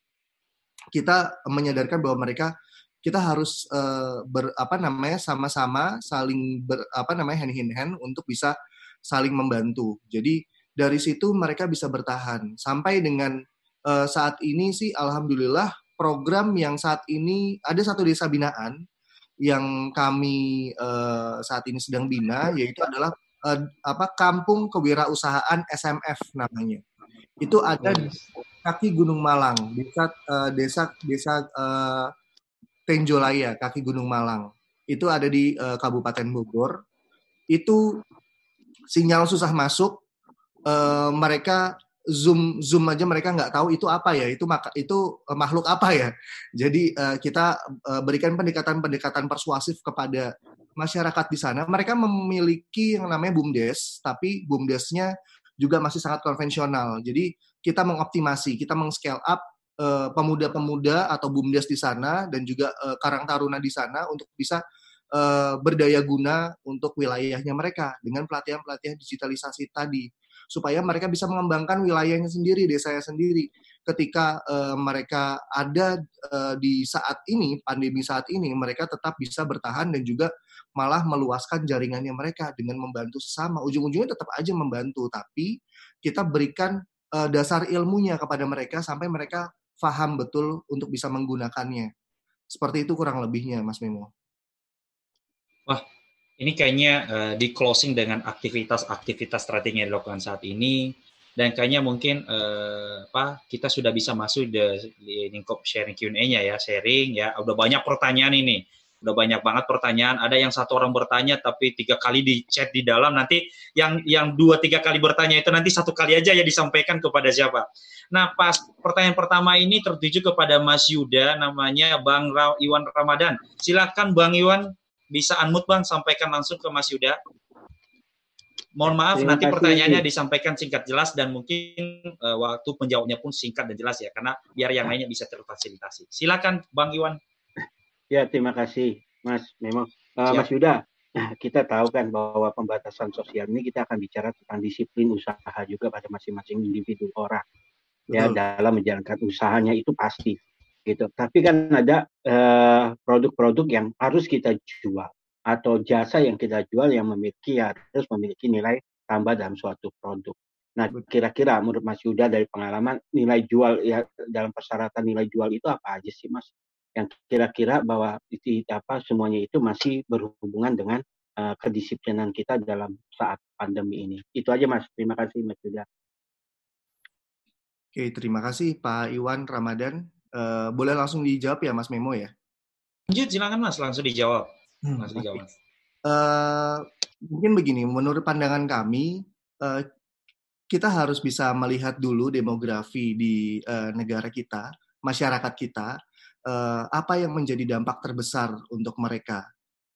Kita menyadarkan bahwa mereka kita harus uh, ber apa namanya sama-sama saling ber, apa namanya hand in hand untuk bisa saling membantu. Jadi dari situ mereka bisa bertahan sampai dengan uh, saat ini sih alhamdulillah. Program yang saat ini ada satu desa binaan yang kami uh, saat ini sedang bina, yaitu adalah uh, apa Kampung Kewirausahaan S M F namanya. Itu ada di kaki Gunung Malang, desa uh, desa desa uh, Tenjolaya, kaki Gunung Malang. Itu ada di uh, Kabupaten Bogor. Itu sinyal susah masuk, uh, mereka Zoom Zoom aja mereka nggak tahu itu apa ya, itu maka itu uh, makhluk apa ya. Jadi uh, kita uh, berikan pendekatan-pendekatan persuasif kepada masyarakat di sana. Mereka memiliki yang namanya BUMDes, tapi BUMDesnya juga masih sangat konvensional. Jadi kita mengoptimasi, kita meng-scale up uh, pemuda-pemuda atau BUMDes di sana dan juga uh, Karang Taruna di sana untuk bisa uh, berdaya guna untuk wilayahnya mereka dengan pelatihan-pelatihan digitalisasi tadi. Supaya mereka bisa mengembangkan wilayahnya sendiri, desanya sendiri. Ketika uh, mereka ada uh, di saat ini, pandemi saat ini, mereka tetap bisa bertahan dan juga malah meluaskan jaringannya mereka dengan membantu sesama. Ujung-ujungnya tetap aja membantu, tapi kita berikan uh, dasar ilmunya kepada mereka sampai mereka paham betul untuk bisa menggunakannya. Seperti itu kurang lebihnya, Mas Memo.
Wah, ini kayaknya uh, di closing dengan aktivitas-aktivitas strategi yang dilakukan saat ini, dan kayaknya mungkin uh, apa kita sudah bisa masuk di, di lingkup sharing Q and A-nya ya, sharing ya. Udah banyak pertanyaan ini, udah banyak banget pertanyaan. Ada yang satu orang bertanya tapi tiga kali di chat di dalam. Nanti yang yang dua tiga kali bertanya itu nanti satu kali aja ya disampaikan kepada siapa. Nah, pas pertanyaan pertama ini tertuju kepada Mas Yuda, namanya Bang Ra- Iwan Ramadan. Silakan Bang Iwan. Bisa unmute Bang, sampaikan langsung ke Mas Yuda. Mohon maaf, Terima nanti kasih. Pertanyaannya disampaikan singkat jelas dan mungkin uh, waktu menjawabnya pun singkat dan jelas ya, karena biar yang lainnya bisa terfasilitasi. Silakan Bang Iwan.
Ya, terima kasih Mas. Memang uh, Mas Yuda, kita tahu kan bahwa pembatasan sosial ini kita akan bicara tentang disiplin usaha juga pada masing-masing individu orang. Ya, Betul. Dalam menjalankan usahanya itu pasti. Gitu. Tapi kan ada uh, produk-produk yang harus kita jual atau jasa yang kita jual yang memiliki harus memiliki nilai tambah dalam suatu produk. Nah, kira-kira menurut Mas Yuda dari pengalaman nilai jual ya dalam persyaratan nilai jual itu apa aja sih Mas? Yang kira-kira bahwa itu apa semuanya itu masih berhubungan dengan uh, kedisiplinan kita dalam saat pandemi ini. Itu aja Mas. Terima kasih Mas Yuda.
Oke, terima kasih Pak Iwan Ramadan. Uh, boleh langsung dijawab ya Mas Memo ya?
Lanjut, silakan Mas, langsung dijawab.
Hmm,
langsung dijawab.
Uh, mungkin begini, menurut pandangan kami, uh, kita harus bisa melihat dulu demografi di uh, negara kita, masyarakat kita, uh, apa yang menjadi dampak terbesar untuk mereka.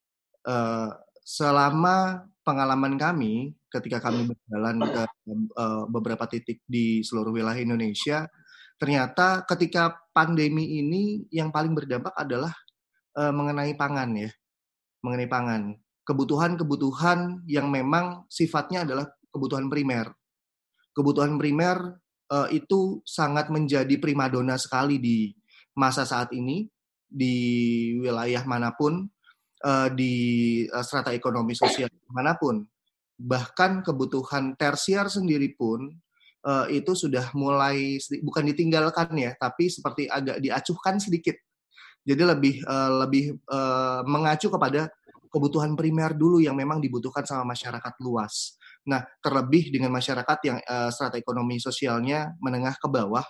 Uh, selama pengalaman kami, ketika kami berjalan ke uh, beberapa titik di seluruh wilayah Indonesia, ternyata ketika pandemi ini yang paling berdampak adalah uh, mengenai pangan ya, mengenai pangan. Kebutuhan-kebutuhan yang memang sifatnya adalah kebutuhan primer. Kebutuhan primer uh, itu sangat menjadi primadona sekali di masa saat ini, di wilayah manapun, uh, di uh, strata ekonomi sosial manapun. Bahkan kebutuhan tersier sendiri pun uh, itu sudah mulai, bukan ditinggalkan ya, tapi seperti agak diacuhkan sedikit. Jadi lebih uh, lebih uh, mengacu kepada kebutuhan primer dulu yang memang dibutuhkan sama masyarakat luas. Nah, terlebih dengan masyarakat yang uh, strata ekonomi sosialnya menengah ke bawah,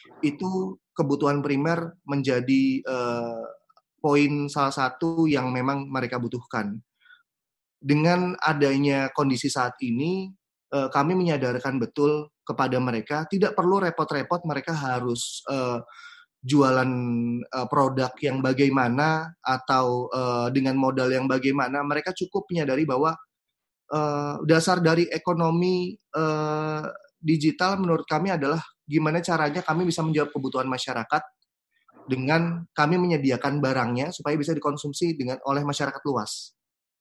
itu kebutuhan primer menjadi uh, poin salah satu yang memang mereka butuhkan. Dengan adanya kondisi saat ini, uh, kami menyadarkan betul kepada mereka, tidak perlu repot-repot mereka harus uh, jualan uh, produk yang bagaimana atau uh, dengan modal yang bagaimana. Mereka cukup menyadari bahwa uh, dasar dari ekonomi uh, digital menurut kami adalah gimana caranya kami bisa menjawab kebutuhan masyarakat dengan kami menyediakan barangnya supaya bisa dikonsumsi dengan oleh masyarakat luas.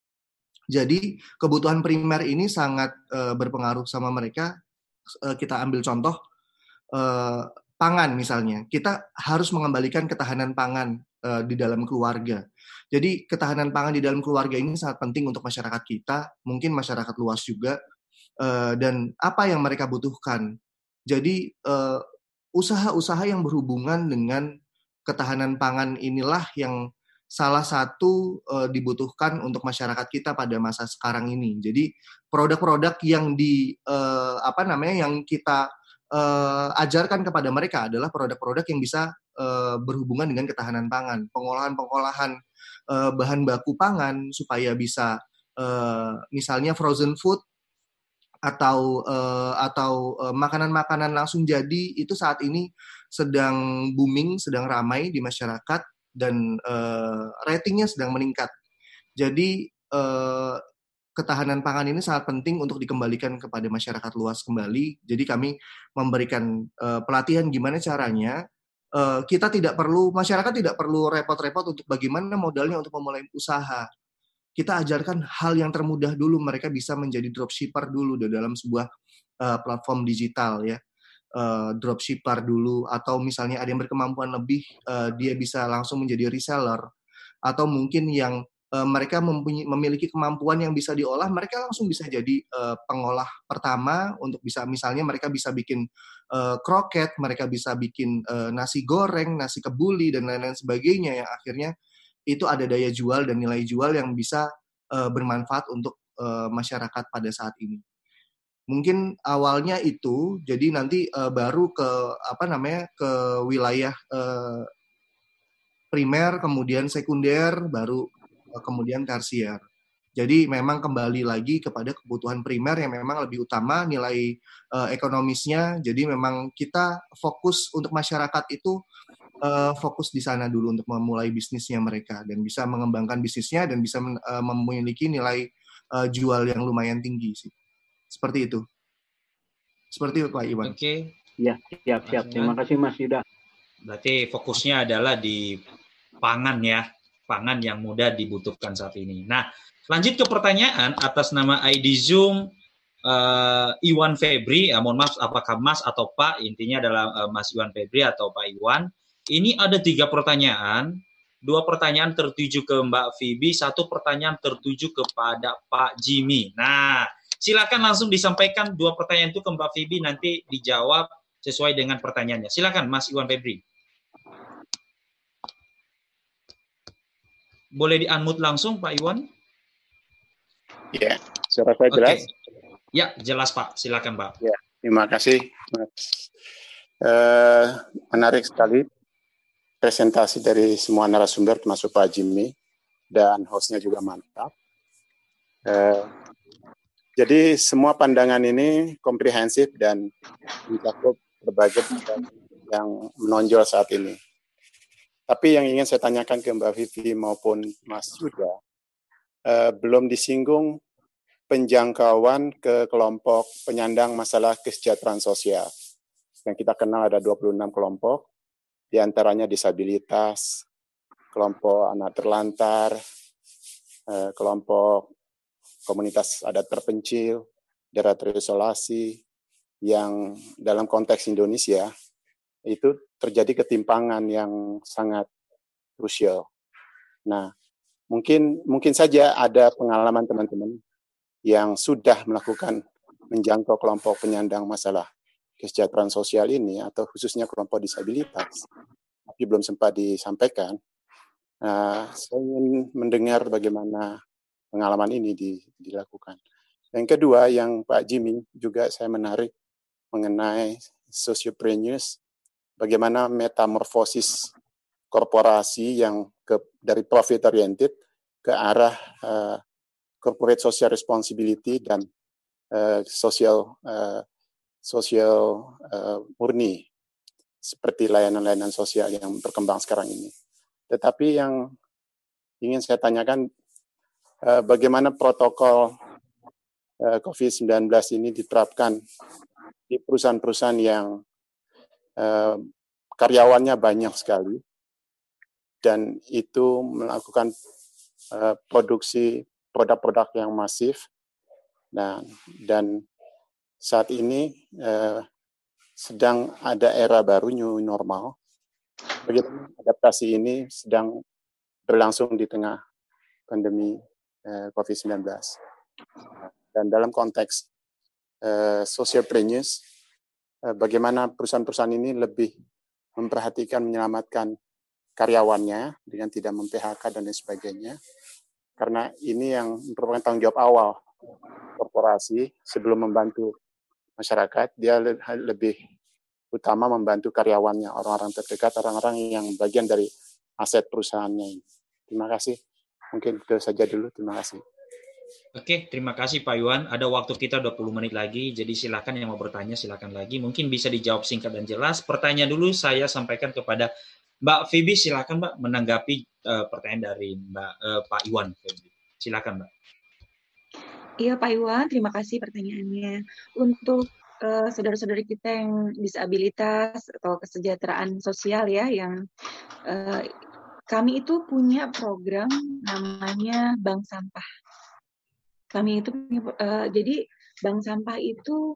Jadi kebutuhan primer ini sangat uh, berpengaruh sama mereka. Uh, kita ambil contoh uh, pangan misalnya, kita harus mengembalikan ketahanan pangan uh, di dalam keluarga. Jadi ketahanan pangan di dalam keluarga ini sangat penting untuk masyarakat kita, mungkin masyarakat luas juga, uh, dan apa yang mereka butuhkan. Jadi uh, usaha-usaha yang berhubungan dengan ketahanan pangan inilah yang salah satu uh, dibutuhkan untuk masyarakat kita pada masa sekarang ini. Jadi produk-produk yang di uh, apa namanya yang kita Uh, ajarkan kepada mereka adalah produk-produk yang bisa uh, berhubungan dengan ketahanan pangan, pengolahan-pengolahan uh, bahan baku pangan supaya bisa uh, misalnya frozen food atau uh, atau uh, makanan-makanan langsung jadi itu saat ini sedang booming, sedang ramai di masyarakat dan uh, ratingnya sedang meningkat. Jadi uh, ketahanan pangan ini sangat penting untuk dikembalikan kepada masyarakat luas kembali. Jadi kami memberikan uh, pelatihan gimana caranya uh, kita tidak perlu, masyarakat tidak perlu repot-repot untuk bagaimana modalnya untuk memulai usaha. Kita ajarkan hal yang termudah dulu, mereka bisa menjadi dropshipper dulu di dalam sebuah uh, platform digital ya. Uh, dropshipper dulu, atau misalnya ada yang berkemampuan lebih, uh, dia bisa langsung menjadi reseller, atau mungkin yang Uh, mereka mempunyai, memiliki kemampuan yang bisa diolah, mereka langsung bisa jadi uh, pengolah pertama untuk bisa, misalnya mereka bisa bikin uh, kroket, mereka bisa bikin uh, nasi goreng, nasi kebuli, dan lain-lain sebagainya, yang akhirnya itu ada daya jual dan nilai jual yang bisa uh, bermanfaat untuk uh, masyarakat pada saat ini. Mungkin awalnya itu, jadi nanti uh, baru ke apa namanya ke wilayah uh, primer, kemudian sekunder, baru kemudian tersier. Jadi memang kembali lagi kepada kebutuhan primer yang memang lebih utama, nilai uh, ekonomisnya. Jadi memang kita fokus untuk masyarakat itu uh, fokus di sana dulu untuk memulai bisnisnya mereka dan bisa mengembangkan bisnisnya dan bisa men, uh, memiliki nilai uh, jual yang lumayan tinggi sih. Seperti itu. Seperti itu Pak Iwan.
Oke. Okay.
Ya, siap, siap. Terima kasih Mas Yuda.
Berarti fokusnya adalah di pangan ya. Pangan yang mudah dibutuhkan saat ini. Nah, lanjut ke pertanyaan atas nama I D Zoom uh, Iwan Febri. Ya, mohon maaf, apakah Mas atau Pak? Intinya adalah uh, Mas Iwan Febri atau Pak Iwan. Ini ada tiga pertanyaan. Dua pertanyaan tertuju ke Mbak Phoebe, satu pertanyaan tertuju kepada Pak Jimmy. Nah, silakan langsung disampaikan dua pertanyaan itu ke Mbak Phoebe, nanti dijawab sesuai dengan pertanyaannya. Silakan Mas Iwan Febri. Boleh di-unmute langsung, Pak Iwan?
Ya, suara saya jelas?
Okay. Ya, jelas, Pak. Silakan, Pak.
Ya, terima kasih, Mas. Uh, menarik sekali presentasi dari semua narasumber, termasuk Pak Jimmy, dan hostnya juga mantap. Uh, Jadi semua pandangan ini komprehensif dan mencakup berbagai yang menonjol saat ini. Tapi yang ingin saya tanyakan ke Mbak Vivi maupun Mas Yuda, eh, belum disinggung penjangkauan ke kelompok penyandang masalah kesejahteraan sosial. Yang kita kenal ada dua puluh enam kelompok, di antaranya disabilitas, kelompok anak terlantar, eh, kelompok komunitas adat terpencil, daerah terisolasi, yang dalam konteks Indonesia itu terjadi ketimpangan yang sangat krusial. Nah, mungkin mungkin saja ada pengalaman teman-teman yang sudah melakukan menjangkau kelompok penyandang masalah kesejahteraan sosial ini atau khususnya kelompok disabilitas, tapi belum sempat disampaikan. Nah, saya ingin mendengar bagaimana pengalaman ini di, dilakukan. Yang kedua, yang Pak Jimmy juga saya menarik mengenai sociopreneurs, bagaimana metamorfosis korporasi yang ke, dari profit oriented ke arah uh, corporate social responsibility dan uh, social uh, social uh, murni seperti layanan-layanan sosial yang berkembang sekarang ini. Tetapi yang ingin saya tanyakan, uh, bagaimana protokol uh, covid sembilan belas ini diterapkan di perusahaan-perusahaan yang uh, karyawannya banyak sekali dan itu melakukan uh, produksi produk-produk yang masif. Nah, dan saat ini uh, sedang ada era baru new normal. Bagaimana adaptasi ini sedang berlangsung di tengah pandemi uh, covid sembilan belas. Dan dalam konteks uh, sociopreneurs, uh, bagaimana perusahaan-perusahaan ini lebih memperhatikan menyelamatkan karyawannya dengan tidak mem-P H K dan lain sebagainya. Karena ini yang merupakan tanggung jawab awal korporasi sebelum membantu masyarakat, dia lebih utama membantu karyawannya, orang-orang terdekat, orang-orang yang bagian dari aset perusahaannya ini. Terima kasih. Mungkin itu saja dulu. Terima kasih.
Oke, terima kasih Pak Iwan. Ada waktu kita dua puluh menit lagi, jadi silakan yang mau bertanya, silakan lagi. Mungkin bisa dijawab singkat dan jelas. Pertanyaan dulu saya sampaikan kepada Mbak Vivi, silakan Mbak menanggapi uh, pertanyaan dari Mbak uh, Pak Iwan. Silakan Mbak.
Iya Pak Iwan, terima kasih pertanyaannya. Untuk uh, saudara-saudari kita yang disabilitas atau kesejahteraan sosial ya, yang uh, kami itu punya program namanya Bank Sampah. Kami itu punya, uh, jadi Bank Sampah itu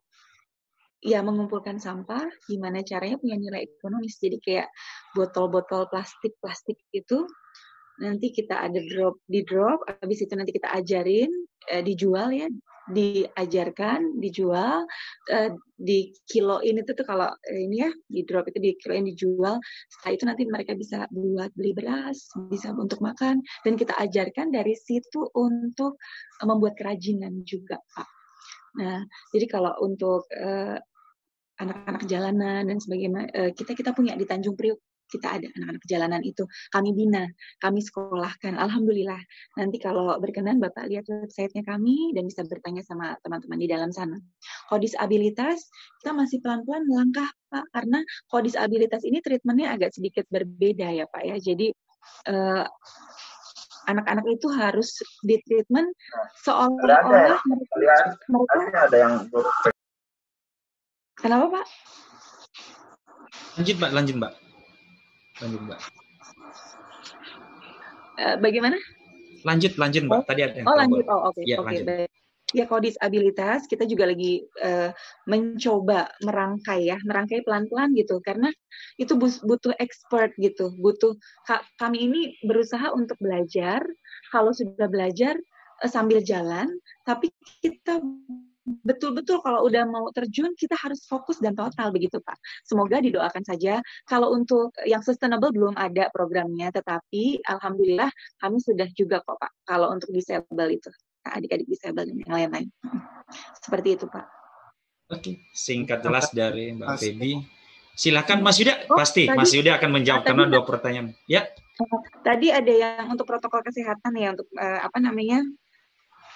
ya mengumpulkan sampah, gimana caranya punya nilai ekonomis. Jadi kayak botol-botol plastik-plastik itu nanti kita ada drop di drop, habis itu nanti kita ajarin, eh, dijual ya, diajarkan, dijual, eh, di kiloin itu tuh kalau eh, ini ya di drop itu di kiloin dijual. Setelah itu nanti mereka bisa buat beli beras, bisa untuk makan, dan kita ajarkan dari situ untuk eh, membuat kerajinan juga, Pak. Nah, jadi kalau untuk eh, anak-anak jalanan dan sebagainya, eh, kita kita punya di Tanjung Priok. Kita ada anak-anak jalanan itu, kami bina, kami sekolahkan, alhamdulillah. Nanti kalau berkenan Bapak lihat websitenya kami dan bisa bertanya sama teman-teman di dalam sana. Kalau disabilitas, kita masih pelan-pelan melangkah Pak, karena kalau disabilitas ini treatmentnya agak sedikit berbeda ya Pak ya. Jadi eh, anak-anak itu harus ditreatment seolah-olah mereka, mereka ada yang kenapa Pak?
Lanjut Mbak, lanjut Mbak. Lanjut Mbak.
Uh, bagaimana?
Lanjut, lanjut Mbak. Tadi ada yang
oh lanjut, oh oke, okay.
Ya,
oke. Okay, ya kalau disabilitas kita juga lagi uh, mencoba merangkai ya, merangkai pelan-pelan gitu, karena itu butuh expert gitu, butuh kami ini berusaha untuk belajar. Kalau sudah belajar uh, sambil jalan, tapi kita betul-betul kalau udah mau terjun kita harus fokus dan total begitu Pak. Semoga didoakan saja. Kalau untuk yang sustainable belum ada programnya, tetapi alhamdulillah kami sudah juga kok Pak. Kalau untuk disable itu, adik-adik disable dan yang lain-lain. Seperti itu Pak.
Oke, singkat jelas dari Mbak Febi. Silakan Mas Yuda, oh, pasti tadi, Mas Yuda akan menjawab karena dua pertanyaan. Ya.
Tadi ada yang untuk protokol kesehatan ya, untuk uh, apa namanya?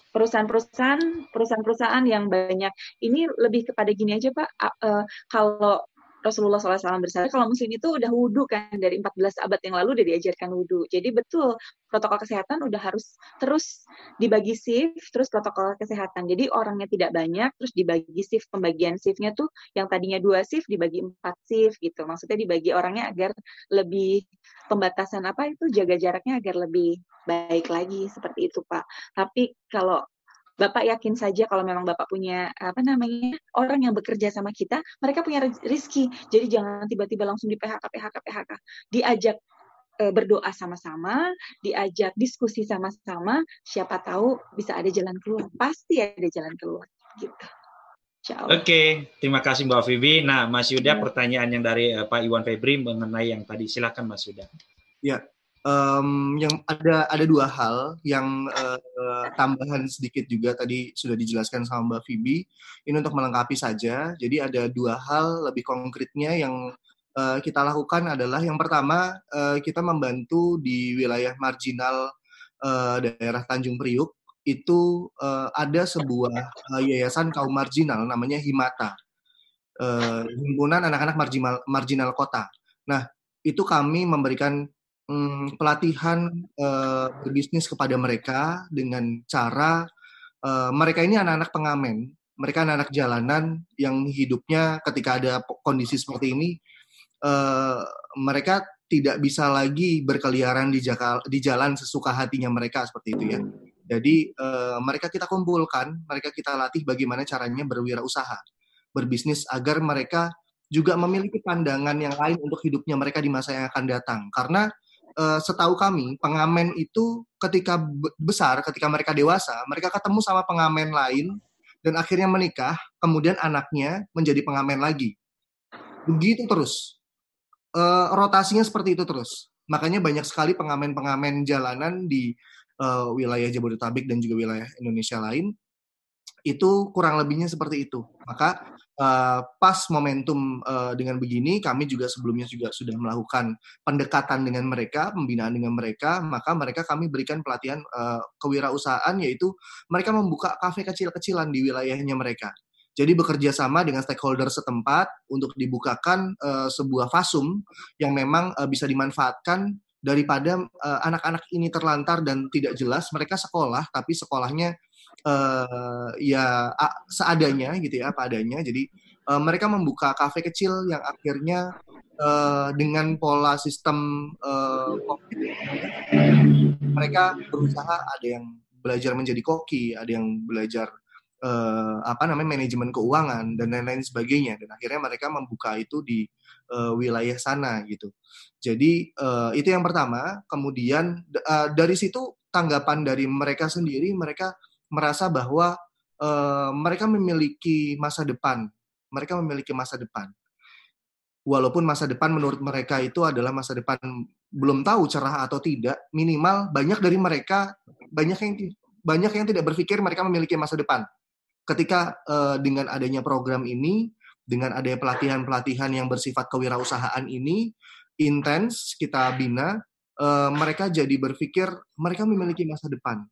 perusahaan-perusahaan perusahaan-perusahaan yang banyak ini lebih kepada gini aja Pak, uh, kalau Rasulullah shallallahu alaihi wasallam bersabda kalau muslim itu udah wudhu kan dari empat belas abad yang lalu udah diajarkan wudhu. Jadi betul protokol kesehatan udah harus terus dibagi shift, terus protokol kesehatan. Jadi orangnya tidak banyak, terus dibagi shift, pembagian shiftnya tuh yang tadinya dua shift dibagi empat shift gitu. Maksudnya dibagi orangnya agar lebih pembatasan apa itu jaga jaraknya agar lebih baik lagi seperti itu Pak. Tapi kalau Bapak yakin saja kalau memang Bapak punya apa namanya orang yang bekerja sama kita, mereka punya rezeki. Jadi jangan tiba-tiba langsung di P H K, P H K, P H K. Diajak e, berdoa sama-sama, diajak diskusi sama-sama. Siapa tahu bisa ada jalan keluar. Pasti ada jalan keluar. Gitu.
Oke, okay, terima kasih Mbak Vivi. Nah, Mas Yuda, hmm. pertanyaan yang dari uh, Pak Iwan Febri mengenai yang tadi. Silakan Mas Yuda.
Ya. Um, yang ada ada dua hal yang uh, tambahan sedikit juga tadi sudah dijelaskan sama Mbak Vivi. Ini untuk melengkapi saja. Jadi ada dua hal lebih konkretnya yang uh, kita lakukan adalah yang pertama uh, kita membantu di wilayah marginal uh, daerah Tanjung Priuk itu uh, ada sebuah uh, yayasan kaum marginal namanya Himata, uh, himpunan anak-anak marginal marginal kota. Nah itu kami memberikan Hmm, pelatihan uh, berbisnis kepada mereka dengan cara uh, mereka ini anak-anak pengamen, mereka anak-anak jalanan yang hidupnya ketika ada kondisi seperti ini uh, mereka tidak bisa lagi berkeliaran di, jaka, di jalan sesuka hatinya mereka seperti itu ya. Jadi uh, mereka kita kumpulkan, mereka kita latih bagaimana caranya berwirausaha, berbisnis agar mereka juga memiliki pandangan yang lain untuk hidupnya mereka di masa yang akan datang. Karena Uh, setahu kami, pengamen itu ketika besar, ketika mereka dewasa, mereka ketemu sama pengamen lain dan akhirnya menikah, kemudian anaknya menjadi pengamen lagi. Begitu terus. Uh, rotasinya seperti itu terus. Makanya banyak sekali pengamen-pengamen jalanan di uh, wilayah Jabodetabek dan juga wilayah Indonesia lain. Itu kurang lebihnya seperti itu. Maka Uh, pas momentum uh, dengan begini, kami juga sebelumnya juga sudah melakukan pendekatan dengan mereka, pembinaan dengan mereka, maka mereka kami berikan pelatihan uh, kewirausahaan, yaitu mereka membuka kafe kecil-kecilan di wilayahnya mereka. Jadi bekerja sama dengan stakeholder setempat untuk dibukakan uh, sebuah fasum yang memang uh, bisa dimanfaatkan daripada uh, anak-anak ini terlantar dan tidak jelas. Mereka sekolah, tapi sekolahnya Uh, ya uh, seadanya gitu ya, apa adanya. Jadi uh, mereka membuka kafe kecil yang akhirnya uh, dengan pola sistem uh, koki, mereka berusaha, ada yang belajar menjadi koki, ada yang belajar uh, apa namanya manajemen keuangan dan lain-lain sebagainya. Dan akhirnya mereka membuka itu di uh, wilayah sana gitu. Jadi uh, itu yang pertama. Kemudian uh, dari situ tanggapan dari mereka sendiri, mereka merasa bahwa uh, mereka memiliki masa depan. Mereka memiliki masa depan. Walaupun masa depan menurut mereka itu adalah masa depan belum tahu cerah atau tidak, minimal banyak dari mereka, banyak yang banyak yang tidak berpikir mereka memiliki masa depan. Ketika uh, dengan adanya program ini, dengan adanya pelatihan-pelatihan yang bersifat kewirausahaan ini, intens kita bina, uh, mereka jadi berpikir mereka memiliki masa depan.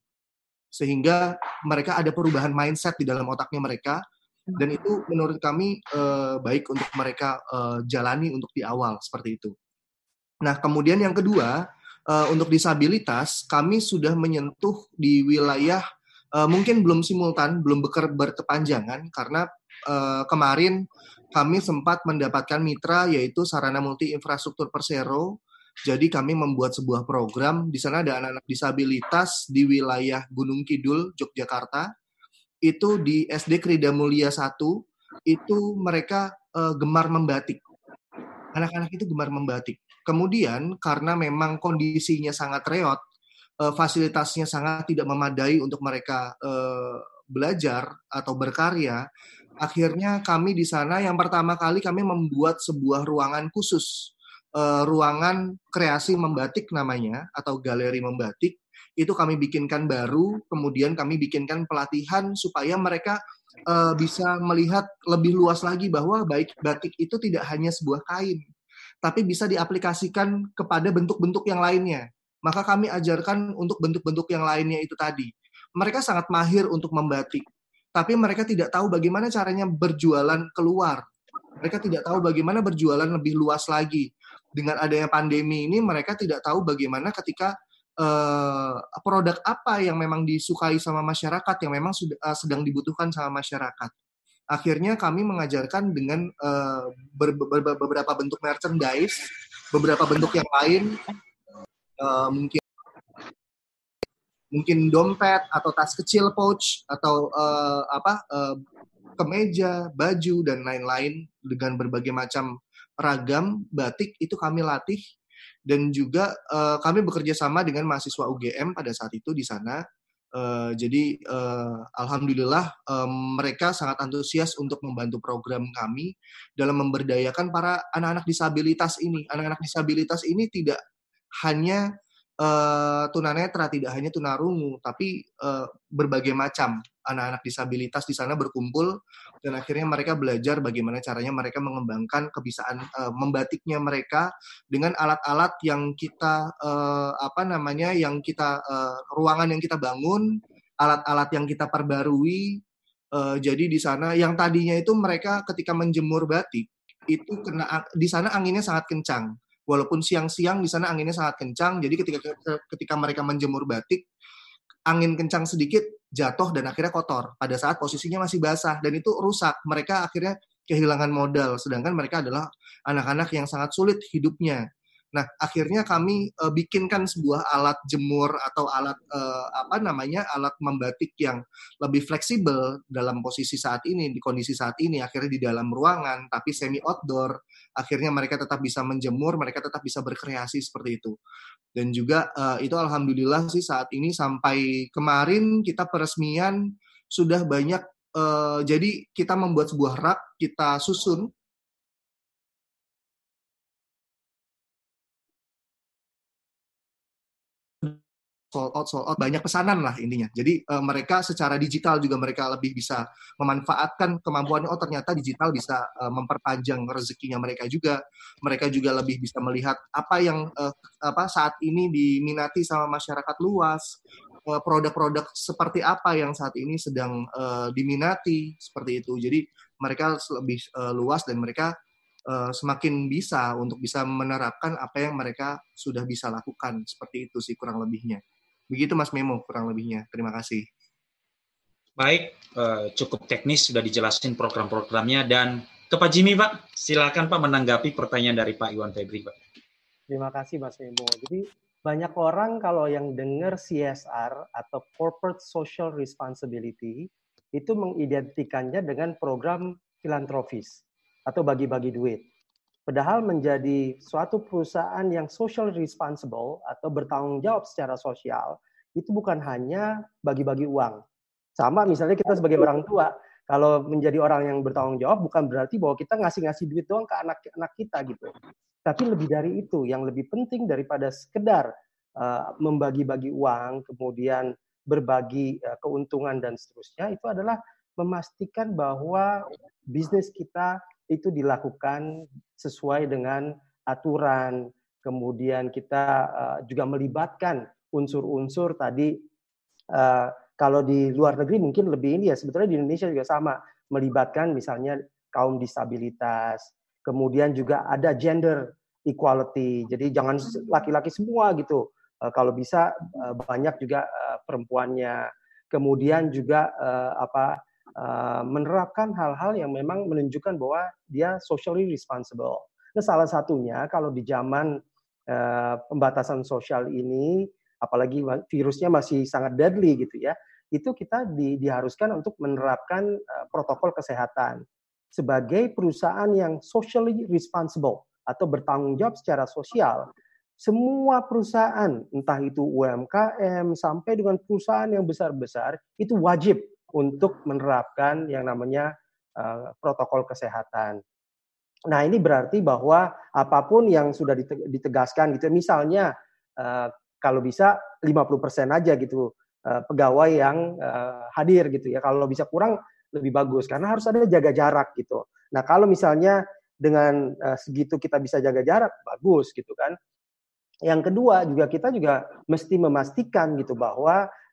Sehingga mereka ada perubahan mindset di dalam otaknya mereka, dan itu menurut kami eh, baik untuk mereka eh, jalani untuk di awal seperti itu. Nah kemudian yang kedua, eh, untuk disabilitas kami sudah menyentuh di wilayah eh, mungkin belum simultan, belum beker, berkepanjangan karena eh, kemarin kami sempat mendapatkan mitra yaitu Sarana Multi Infrastruktur Persero. Jadi kami membuat sebuah program, di sana ada anak-anak disabilitas di wilayah Gunung Kidul, Yogyakarta. Itu di S D Krida Mulia satu, itu mereka uh, gemar membatik. Anak-anak itu gemar membatik. Kemudian karena memang kondisinya sangat reot, uh, fasilitasnya sangat tidak memadai untuk mereka uh, belajar atau berkarya, akhirnya kami di sana yang pertama kali kami membuat sebuah ruangan khusus. Uh, ruangan kreasi membatik namanya, atau galeri membatik, itu kami bikinkan baru, kemudian kami bikinkan pelatihan supaya mereka uh, bisa melihat lebih luas lagi bahwa baik batik itu tidak hanya sebuah kain, tapi bisa diaplikasikan kepada bentuk-bentuk yang lainnya. Maka kami ajarkan untuk bentuk-bentuk yang lainnya itu tadi. mereka sangat mahir untuk membatik, tapi mereka tidak tahu bagaimana caranya berjualan keluar. Mereka tidak tahu bagaimana berjualan lebih luas lagi. Dengan adanya pandemi ini, mereka tidak tahu bagaimana ketika uh, produk apa yang memang disukai sama masyarakat, yang memang sudah, uh, sedang dibutuhkan sama masyarakat. Akhirnya kami mengajarkan dengan uh, ber, ber, ber, beberapa bentuk merchandise, beberapa bentuk yang lain, uh, mungkin mungkin dompet atau tas kecil pouch atau uh, apa uh, kemeja, baju dan lain-lain dengan berbagai macam ragam batik itu kami latih, dan juga uh, kami bekerja sama dengan mahasiswa U G M pada saat itu di sana. Uh, jadi uh, alhamdulillah um, mereka sangat antusias untuk membantu program kami dalam memberdayakan para anak-anak disabilitas ini. Anak-anak disabilitas ini tidak hanya uh, tunanetra, tidak hanya tunarungu, tapi uh, berbagai macam anak-anak disabilitas di sana berkumpul, dan akhirnya mereka belajar bagaimana caranya mereka mengembangkan kebisaan uh, membatiknya mereka dengan alat-alat yang kita uh, apa namanya yang kita uh, ruangan yang kita bangun, alat-alat yang kita perbarui. Uh, jadi di sana yang tadinya itu mereka ketika menjemur batik itu kena di sana anginnya sangat kencang. Walaupun siang-siang di sana anginnya sangat kencang, jadi ketika ketika mereka menjemur batik, angin kencang sedikit jatuh dan akhirnya kotor pada saat posisinya masih basah, dan itu rusak. Mereka akhirnya kehilangan modal, sedangkan mereka adalah anak-anak yang sangat sulit hidupnya. Nah, akhirnya kami uh, bikinkan sebuah alat jemur atau alat uh, apa namanya alat membatik yang lebih fleksibel dalam posisi saat ini, di kondisi saat ini, akhirnya di dalam ruangan tapi semi outdoor. Akhirnya mereka tetap bisa menjemur, mereka tetap bisa berkreasi seperti itu. Dan juga uh, itu alhamdulillah sih saat ini sampai kemarin kita peresmian sudah banyak. Uh, jadi kita membuat sebuah rak, kita susun. sold out, sold out, banyak pesanan lah intinya. Jadi uh, mereka secara digital juga mereka lebih bisa memanfaatkan kemampuannya. Oh ternyata digital bisa uh, memperpanjang rezekinya mereka juga. Mereka juga lebih bisa melihat apa yang uh, apa saat ini diminati sama masyarakat luas. Uh, produk-produk seperti apa yang saat ini sedang uh, diminati seperti itu. Jadi mereka lebih uh, luas dan mereka Uh, semakin bisa untuk bisa menerapkan apa yang mereka sudah bisa lakukan. Seperti itu sih kurang lebihnya. Begitu Mas Memo kurang lebihnya. Terima kasih.
Baik, uh, cukup teknis sudah dijelasin program-programnya, dan ke Pak Jimmy Pak, silakan Pak menanggapi pertanyaan dari Pak Iwan Febri Pak.
Terima kasih Mas Memo. Jadi banyak orang kalau yang dengar C S R atau Corporate Social Responsibility itu mengidentikannya dengan program filantropis atau bagi-bagi duit. Padahal menjadi suatu perusahaan yang social responsible atau bertanggung jawab secara sosial, itu bukan hanya bagi-bagi uang. Sama misalnya kita sebagai orang tua, kalau menjadi orang yang bertanggung jawab bukan berarti bahwa kita ngasih-ngasih duit doang ke anak-anak kita gitu. Tapi lebih dari itu, yang lebih penting daripada sekedar uh, membagi-bagi uang, kemudian berbagi uh, keuntungan dan seterusnya, itu adalah memastikan bahwa bisnis kita itu dilakukan sesuai dengan aturan. Kemudian kita uh, juga melibatkan unsur-unsur tadi. Uh, kalau di luar negeri mungkin lebih ini ya, sebetulnya di Indonesia juga sama. Melibatkan misalnya kaum disabilitas. Kemudian juga ada gender equality. Jadi jangan laki-laki semua gitu. Uh, kalau bisa uh, banyak juga uh, perempuannya. Kemudian juga uh, apa Uh, menerapkan hal-hal yang memang menunjukkan bahwa dia socially responsible. Nah, salah satunya kalau di zaman uh, pembatasan sosial ini, apalagi virusnya masih sangat deadly gitu ya, itu kita di, diharuskan untuk menerapkan uh, protokol kesehatan. Sebagai perusahaan yang socially responsible atau bertanggung jawab secara sosial, semua perusahaan, entah itu U M K M sampai dengan perusahaan yang besar-besar, itu wajib untuk menerapkan yang namanya uh, protokol kesehatan. Nah, ini berarti bahwa apapun yang sudah ditegaskan gitu, misalnya uh, kalau bisa lima puluh persen aja gitu uh, pegawai yang uh, hadir gitu ya. Kalau bisa kurang lebih bagus karena harus ada jaga jarak gitu. Nah, kalau misalnya dengan uh, segitu kita bisa jaga jarak, bagus gitu kan. Yang kedua juga kita juga mesti memastikan gitu bahwa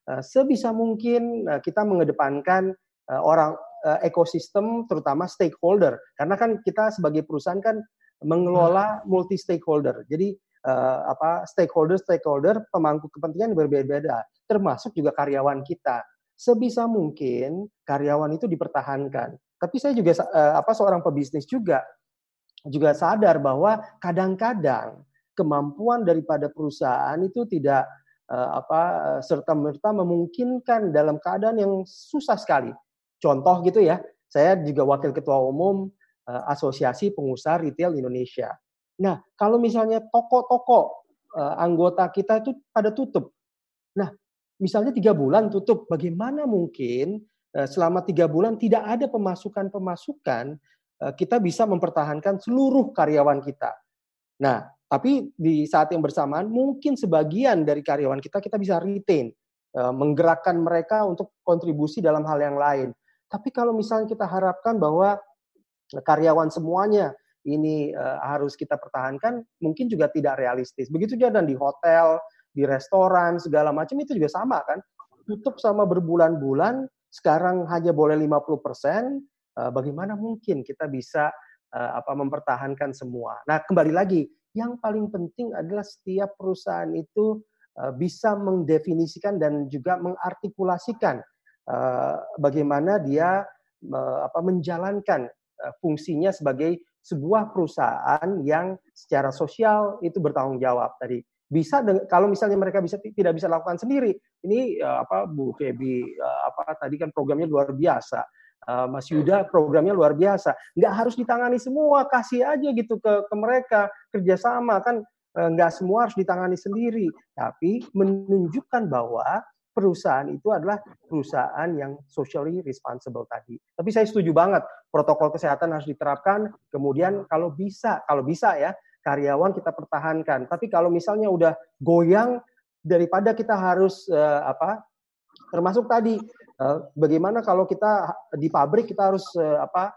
uh, sebisa mungkin uh, kita mengedepankan uh, orang uh, ekosistem, terutama stakeholder, karena kan kita sebagai perusahaan kan mengelola multi stakeholder. Jadi uh, apa stakeholder stakeholder pemangku kepentingan berbeda-beda, termasuk juga karyawan kita. Sebisa mungkin karyawan itu dipertahankan. Tapi saya juga uh, apa seorang pebisnis juga juga sadar bahwa kadang-kadang kemampuan daripada perusahaan itu tidak uh, apa serta-merta memungkinkan dalam keadaan yang susah sekali. Contoh gitu ya, saya juga wakil ketua umum uh, Asosiasi Pengusaha Retail Indonesia. Nah, kalau misalnya toko-toko uh, anggota kita itu pada tutup. Nah, misalnya tiga bulan tutup, bagaimana mungkin uh, selama tiga bulan tidak ada pemasukan-pemasukan uh, kita bisa mempertahankan seluruh karyawan kita. Nah, tapi di saat yang bersamaan mungkin sebagian dari karyawan kita kita bisa retain, uh, menggerakkan mereka untuk kontribusi dalam hal yang lain. Tapi kalau misalnya kita harapkan bahwa karyawan semuanya ini uh, harus kita pertahankan, mungkin juga tidak realistis. Begitu juga dan di hotel, di restoran, segala macam itu juga sama kan. Tutup sama berbulan-bulan, sekarang hanya boleh lima puluh persen, uh, bagaimana mungkin kita bisa uh, apa mempertahankan semua. Nah, kembali lagi, yang paling penting adalah setiap perusahaan itu uh, bisa mendefinisikan dan juga mengartikulasikan uh, bagaimana dia uh, apa menjalankan uh, fungsinya sebagai sebuah perusahaan yang secara sosial itu bertanggung jawab tadi. Bisa kalau misalnya mereka bisa tidak bisa lakukan sendiri. Ini uh, apa Bu Febi uh, apa tadi kan programnya luar biasa. Uh, Mas Yuda programnya luar biasa. Nggak harus ditangani semua, kasih aja gitu ke ke mereka kerjasama kan uh, nggak semua harus ditangani sendiri. Tapi menunjukkan bahwa perusahaan itu adalah perusahaan yang socially responsible tadi. Tapi saya setuju banget protokol kesehatan harus diterapkan. Kemudian kalau bisa, kalau bisa ya karyawan kita pertahankan. Tapi kalau misalnya udah goyang, daripada kita harus uh, apa? Termasuk tadi uh, bagaimana kalau kita di pabrik kita harus uh, apa?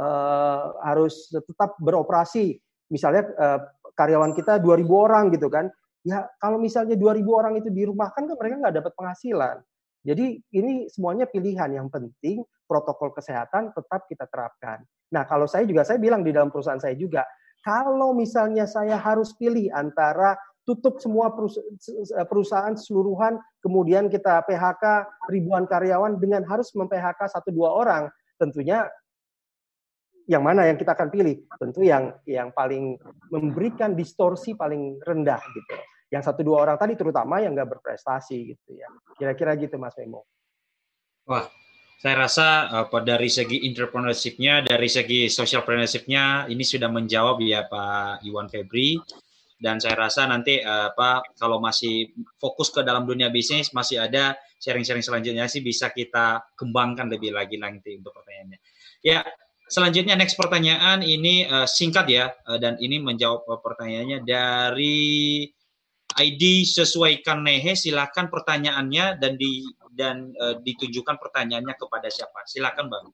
Uh, harus tetap beroperasi. Misalnya uh, karyawan kita dua ribu orang gitu kan. Ya kalau misalnya dua ribu orang itu dirumahkan kan mereka nggak dapat penghasilan. Jadi ini semuanya pilihan. Yang penting protokol kesehatan tetap kita terapkan. Nah kalau saya juga saya bilang di dalam perusahaan saya juga, kalau misalnya saya harus pilih antara tutup semua perusahaan keseluruhan, kemudian kita P H K ribuan karyawan dengan harus mem-P H K satu dua orang, tentunya yang mana yang kita akan pilih? Tentu yang yang paling memberikan distorsi paling rendah gitu. Yang satu dua orang tadi terutama yang nggak berprestasi gitu ya. Kira-kira gitu Mas Memo.
Wah, saya rasa apa dari segi entrepreneurship-nya, dari segi socialpreneurship-nya ini sudah menjawab ya Pak Iwan Febri. Dan saya rasa nanti apa kalau masih fokus ke dalam dunia bisnis masih ada sharing-sharing selanjutnya sih bisa kita kembangkan lebih lagi nanti untuk pertanyaannya. Ya, selanjutnya next pertanyaan ini uh, singkat ya uh, dan ini menjawab uh, pertanyaannya dari I D sesuaikan Nehe. Silakan pertanyaannya dan di dan uh, ditujukan pertanyaannya kepada siapa. Silakan Bang.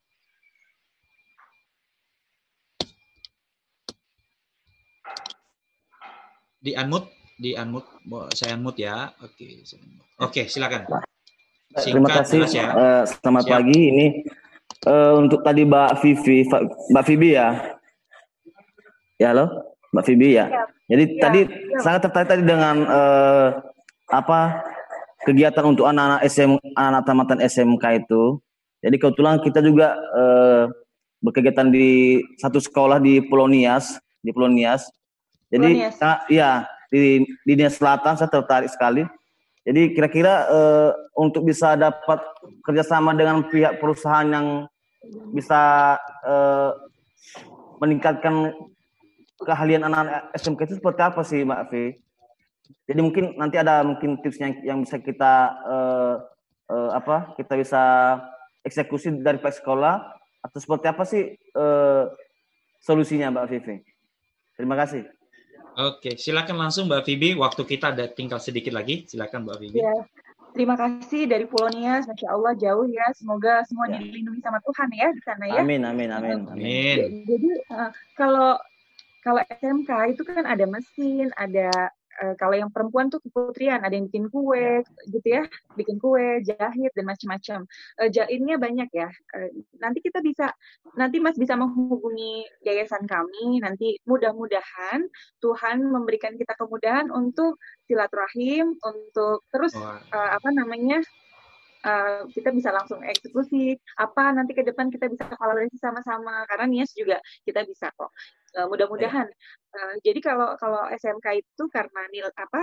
Di unmute, di unmute, saya unmute ya. Oke, oke, silakan.
Singkat, terima kasih. Ya. Uh, selamat Siap. pagi. Ini uh, untuk tadi Mbak Vivi, Mbak Vivi ya. Ya halo, Mbak Vivi ya. Siap. Jadi ya, tadi ya. sangat tertarik tadi dengan uh, apa kegiatan untuk anak-anak S M, anak tamatan S M K itu. Jadi kebetulan kita juga uh, berkegiatan di satu sekolah di Pulau Nias, di Pulau Nias. Jadi, nah, ya di di Nias Selatan saya tertarik sekali. Jadi kira-kira uh, untuk bisa dapat kerjasama dengan pihak perusahaan yang bisa uh, meningkatkan keahlian anak-anak S M K itu seperti apa sih Mbak Fi? Jadi mungkin nanti ada mungkin tipsnya yang bisa kita uh, uh, apa kita bisa eksekusi dari pihak sekolah atau seperti apa sih uh, solusinya Mbak Vivi? Terima kasih.
Oke, silakan langsung Mbak Vivi. Waktu kita ada tinggal sedikit lagi. Silakan Mbak Vivi.
Ya, terima kasih dari Pulau Nias. Masya Allah jauh ya. Semoga semua ya. dilindungi sama Tuhan ya di sana ya.
Amin, amin, amin.
Amin.
Jadi uh, kalau kalau S M K itu kan ada mesin, ada Uh, kalau yang perempuan tuh keputrian, ada yang bikin kue, gitu ya, bikin kue, jahit dan macam-macam. Uh, jahitnya banyak ya. Uh, nanti kita bisa, nanti Mas bisa menghubungi yayasan kami. Nanti mudah-mudahan Tuhan memberikan kita kemudahan untuk silaturahim, untuk terus uh, apa namanya? Uh, kita bisa langsung eksekusi apa nanti ke depan kita bisa kolaborasi sama-sama karena Nias juga kita bisa kok uh, mudah-mudahan uh, jadi kalau kalau S M K itu karena nil apa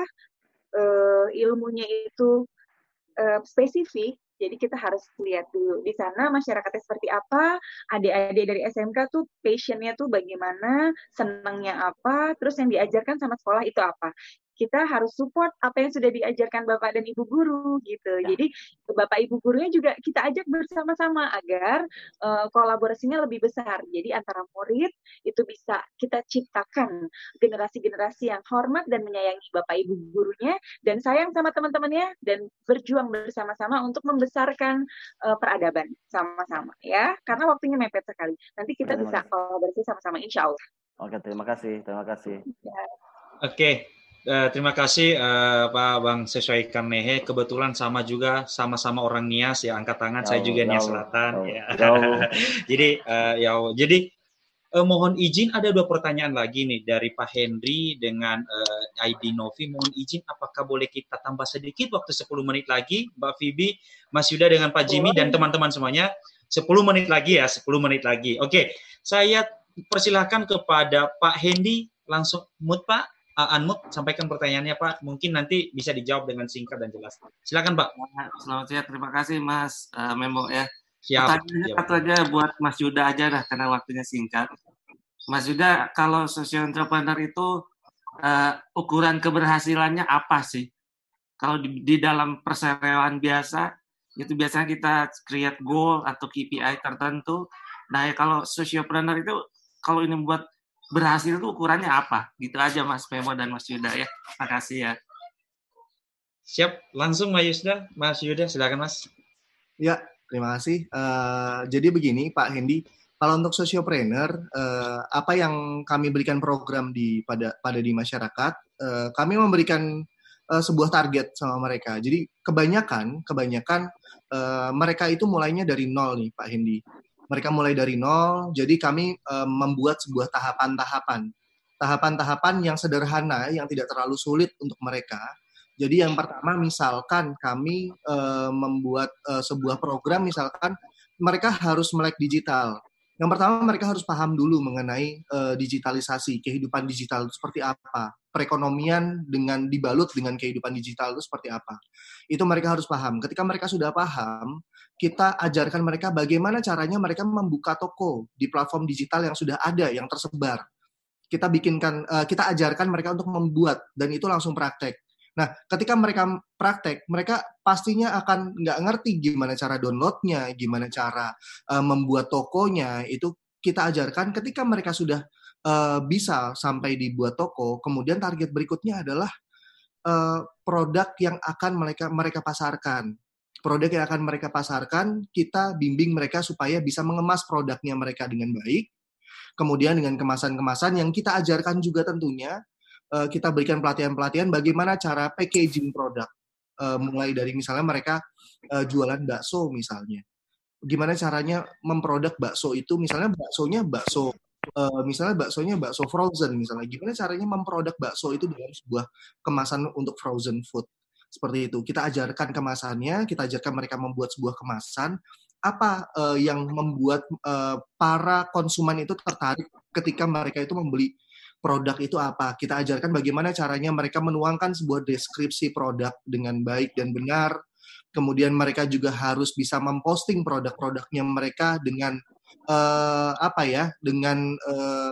uh, ilmunya itu uh, spesifik jadi kita harus lihat dulu di sana masyarakatnya seperti apa, adik-adik dari S M K tuh passion-nya tuh bagaimana, senangnya apa, terus yang diajarkan sama sekolah itu apa. Kita harus support apa yang sudah diajarkan Bapak dan Ibu guru gitu. Ya. Jadi Bapak Ibu gurunya juga kita ajak bersama-sama agar uh, kolaborasinya lebih besar. Jadi antara murid itu bisa kita ciptakan generasi-generasi yang hormat dan menyayangi Bapak Ibu gurunya dan sayang sama teman-temannya dan berjuang bersama-sama untuk membesarkan uh, peradaban sama-sama ya. Karena waktunya mepet sekali. Nanti kita bisa kolaborasi sama-sama insya Allah.
Oke, terima kasih. Terima kasih.
Ya.
Oke. Uh, terima kasih uh, Pak Bang Sesuai Karnehe. Kebetulan sama juga sama-sama orang Nias ya, angkat tangan. Yo, saya juga yo, Nias Selatan yo, ya. Yo. jadi uh, ya jadi uh, mohon izin ada dua pertanyaan lagi nih dari Pak Henry dengan uh, I D Novi. Mohon izin apakah boleh kita tambah sedikit waktu sepuluh menit lagi Mbak Phoebe, Mas Yuda dengan Pak Jimmy oh. dan teman-teman semuanya sepuluh menit lagi ya, sepuluh menit lagi. Oke, saya persilahkan kepada Pak Hendy langsung mood Pak. Uh, Unmute, sampaikan pertanyaannya Pak. Mungkin nanti bisa dijawab dengan singkat dan jelas. Silakan Pak.
Selamat siang, terima kasih Mas uh, Memo ya.
Siap.
Pertanyaannya satu aja buat Mas Yuda aja dah, karena waktunya singkat. Mas Yuda, kalau social entrepreneur itu uh, ukuran keberhasilannya apa sih? Kalau di, di dalam perseroan biasa, itu biasanya kita create goal atau K P I tertentu. Nah, ya kalau sociopreneur itu, kalau ini buat berhasil itu ukurannya apa? Gitu aja Mas Memo dan Mas Yuda ya. Makasih ya.
Siap, langsung Mas Yuda, Mas Yuda silakan Mas.
Ya, terima kasih. Uh, jadi begini Pak Hendy, kalau untuk sociopreneur, uh, apa yang kami berikan program di pada pada di masyarakat, uh, kami memberikan uh, sebuah target sama mereka. Jadi kebanyakan kebanyakan uh, mereka itu mulainya dari nol nih Pak Hendy. Mereka mulai dari nol, jadi kami e, membuat sebuah tahapan-tahapan. Tahapan-tahapan yang sederhana, yang tidak terlalu sulit untuk mereka. Jadi yang pertama, misalkan kami e, membuat e, sebuah program, misalkan mereka harus melek digital. Yang pertama, mereka harus paham dulu mengenai e, digitalisasi, kehidupan digital itu seperti apa. Perekonomian dengan dibalut dengan kehidupan digital itu seperti apa. Itu mereka harus paham. Ketika mereka sudah paham, kita ajarkan mereka bagaimana caranya mereka membuka toko di platform digital yang sudah ada, yang tersebar. Kita bikinkan, uh, kita ajarkan mereka untuk membuat, dan itu langsung praktek. Nah, ketika mereka praktek, mereka pastinya akan nggak ngerti gimana cara downloadnya, gimana cara uh, membuat tokonya, itu kita ajarkan. Ketika mereka sudah uh, bisa sampai dibuat toko, kemudian target berikutnya adalah uh, produk yang akan mereka mereka pasarkan. Produk yang akan mereka pasarkan, kita bimbing mereka supaya bisa mengemas produknya mereka dengan baik. Kemudian dengan kemasan-kemasan yang kita ajarkan juga tentunya, uh, kita berikan pelatihan-pelatihan bagaimana cara packaging produk. Uh, mulai dari misalnya mereka uh, jualan bakso misalnya. Gimana caranya memproduk bakso itu, misalnya baksonya bakso, uh, misalnya baksonya bakso frozen misalnya. Gimana caranya memproduk bakso itu dalam sebuah kemasan untuk frozen food. Seperti itu, kita ajarkan kemasannya, kita ajarkan mereka membuat sebuah kemasan, apa uh, yang membuat uh, para konsumen itu tertarik ketika mereka itu membeli produk itu apa. Kita ajarkan bagaimana caranya mereka menuangkan sebuah deskripsi produk dengan baik dan benar, kemudian mereka juga harus bisa memposting produk-produknya mereka dengan uh, apa ya, dengan uh,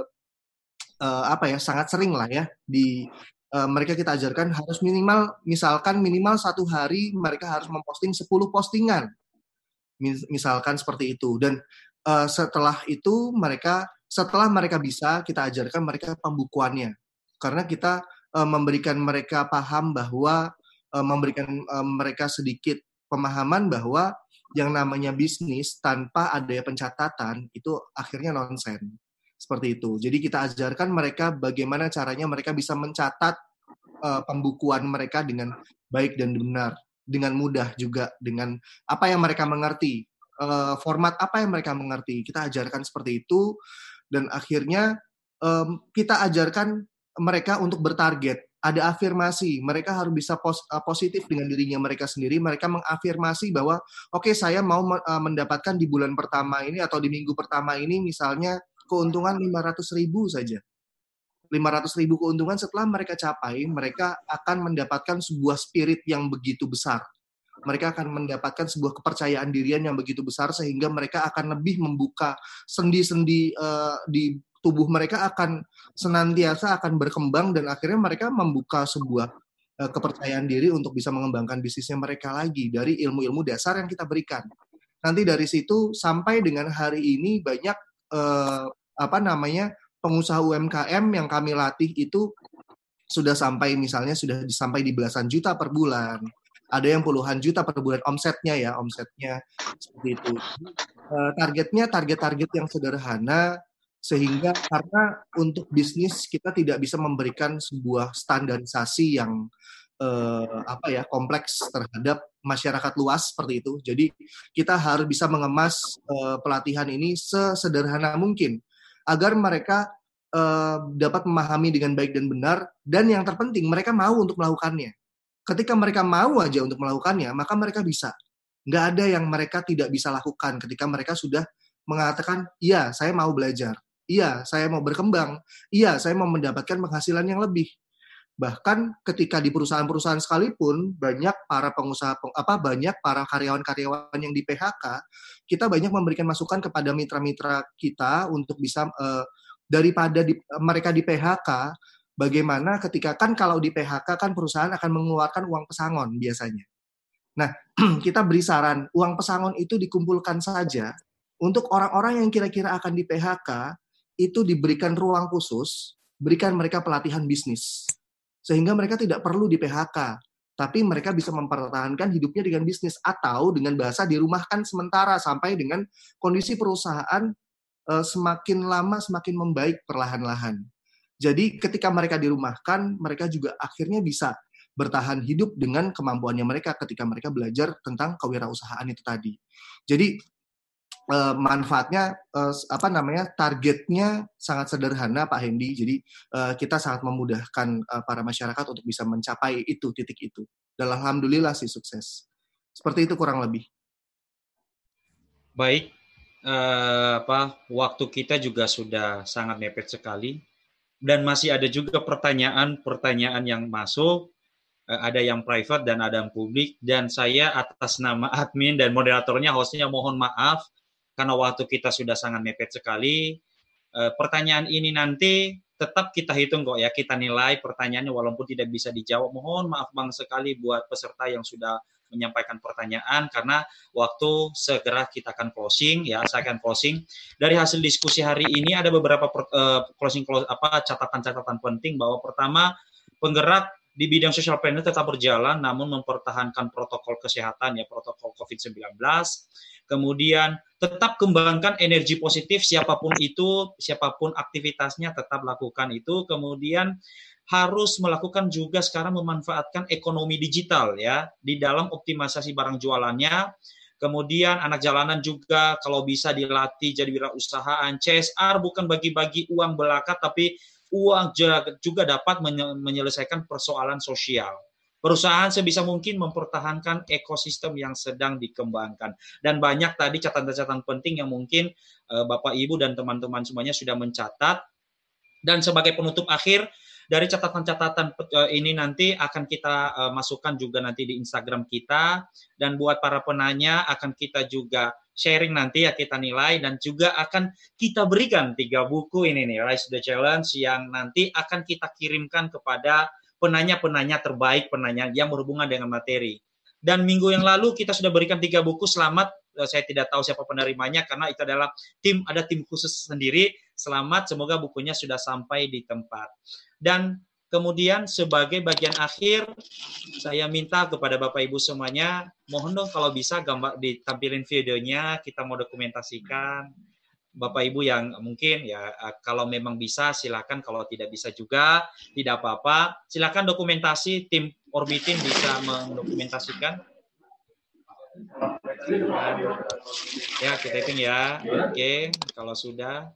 uh, apa ya, sangat sering lah ya di Uh, mereka kita ajarkan harus minimal, misalkan minimal satu hari mereka harus memposting sepuluh postingan. Mis- misalkan seperti itu. Dan uh, setelah itu mereka, setelah mereka bisa, kita ajarkan mereka pembukuannya. Karena kita uh, memberikan mereka paham bahwa, uh, memberikan uh, mereka sedikit pemahaman bahwa yang namanya bisnis tanpa adanya pencatatan itu akhirnya nonsen. Seperti itu. Jadi kita ajarkan mereka bagaimana caranya mereka bisa mencatat uh, pembukuan mereka dengan baik dan benar, dengan mudah juga, dengan apa yang mereka mengerti, uh, format apa yang mereka mengerti. Kita ajarkan seperti itu, dan akhirnya um, kita ajarkan mereka untuk bertarget. Ada afirmasi, mereka harus bisa pos, uh, positif dengan dirinya mereka sendiri. Mereka mengafirmasi bahwa, oke, okay, saya mau uh, mendapatkan di bulan pertama ini atau di minggu pertama ini misalnya keuntungan lima ratus ribu saja. lima ratus ribu keuntungan, setelah mereka capai, mereka akan mendapatkan sebuah spirit yang begitu besar. Mereka akan mendapatkan sebuah kepercayaan dirian yang begitu besar, sehingga mereka akan lebih membuka sendi-sendi uh, di tubuh mereka akan senantiasa akan berkembang, dan akhirnya mereka membuka sebuah uh, kepercayaan diri untuk bisa mengembangkan bisnisnya mereka lagi dari ilmu-ilmu dasar yang kita berikan. Nanti dari situ sampai dengan hari ini banyak uh, apa namanya pengusaha U M K M yang kami latih itu sudah sampai misalnya sudah sampai di belasan juta per bulan. Ada yang puluhan juta per bulan omsetnya ya, omsetnya seperti itu. Uh, targetnya target-target yang sederhana, sehingga karena untuk bisnis kita tidak bisa memberikan sebuah standarisasi yang eh, apa ya kompleks terhadap masyarakat luas seperti itu. Jadi kita harus bisa mengemas eh, pelatihan ini sesederhana mungkin agar mereka eh, dapat memahami dengan baik dan benar, dan yang terpenting mereka mau untuk melakukannya. Ketika mereka mau aja untuk melakukannya, maka mereka bisa. Nggak ada yang mereka tidak bisa lakukan ketika mereka sudah mengatakan, iya saya mau belajar. Iya, saya mau berkembang. Iya, saya mau mendapatkan penghasilan yang lebih. Bahkan ketika di perusahaan-perusahaan sekalipun, banyak para pengusaha, apa banyak para karyawan-karyawan yang di P H K, kita banyak memberikan masukan kepada mitra-mitra kita untuk bisa eh, daripada di, mereka di P H K, bagaimana ketika kan kalau di P H K kan perusahaan akan mengeluarkan uang pesangon biasanya. Nah, kita beri saran, uang pesangon itu dikumpulkan saja untuk orang-orang yang kira-kira akan di P H K, itu diberikan ruang khusus, berikan mereka pelatihan bisnis. Sehingga mereka tidak perlu di P H K, tapi mereka bisa mempertahankan hidupnya dengan bisnis, atau dengan bahasa dirumahkan sementara sampai dengan kondisi perusahaan uh, semakin lama semakin membaik perlahan-lahan. Jadi ketika mereka dirumahkan, mereka juga akhirnya bisa bertahan hidup dengan kemampuannya mereka ketika mereka belajar tentang kewirausahaan itu tadi. Jadi Uh, manfaatnya uh, apa namanya targetnya sangat sederhana Pak Hendy. Jadi uh, kita sangat memudahkan uh, para masyarakat untuk bisa mencapai itu titik itu. Dan alhamdulillah sih sukses. Seperti itu kurang lebih.
Baik, uh, apa waktu kita juga sudah sangat mepet sekali, dan masih ada juga pertanyaan-pertanyaan yang masuk. Uh, ada yang private dan ada yang publik, dan saya atas nama admin dan moderatornya, hostnya mohon maaf karena waktu kita sudah sangat mepet sekali. E, pertanyaan ini nanti tetap kita hitung kok ya, kita nilai pertanyaannya walaupun tidak bisa dijawab. Mohon maaf bang sekali buat peserta yang sudah menyampaikan pertanyaan, karena waktu segera kita akan closing ya, saya akan closing. Dari hasil diskusi hari ini ada beberapa per, uh, closing close, apa catatan-catatan penting, bahwa pertama, penggerak di bidang social planner tetap berjalan namun mempertahankan protokol kesehatan ya, protokol covid sembilan belas. Kemudian tetap kembangkan energi positif, siapapun itu, siapapun aktivitasnya tetap lakukan itu. Kemudian harus melakukan juga sekarang memanfaatkan ekonomi digital ya di dalam optimalisasi barang jualannya. Kemudian anak jalanan juga kalau bisa dilatih jadi wirausahaan. C S R bukan bagi-bagi uang belaka, tapi uang juga dapat menyelesaikan persoalan sosial. Perusahaan sebisa mungkin mempertahankan ekosistem yang sedang dikembangkan. Dan banyak tadi catatan-catatan penting yang mungkin uh, Bapak, Ibu, dan teman-teman semuanya sudah mencatat. Dan sebagai penutup akhir, dari catatan-catatan uh, ini nanti akan kita uh, masukkan juga nanti di Instagram kita. Dan buat para penanya akan kita juga sharing nanti ya, kita nilai. Dan juga akan kita berikan tiga buku ini nih, Rise the Challenge, yang nanti akan kita kirimkan kepada penanya-penanya terbaik, penanya yang berhubungan dengan materi. Dan minggu yang lalu kita sudah berikan tiga buku selamat. Saya tidak tahu siapa penerimanya karena itu adalah tim, ada tim khusus sendiri. Selamat, semoga bukunya sudah sampai di tempat. Dan kemudian sebagai bagian akhir, saya minta kepada Bapak Ibu semuanya, mohon dong kalau bisa gambar ditampilin videonya, kita mau dokumentasikan. Bapak Ibu yang mungkin ya kalau memang bisa silakan, kalau tidak bisa juga tidak apa-apa. Silakan dokumentasi, tim Orbitin bisa mendokumentasikan. Ya, kita hitung ya. Oke, kalau sudah.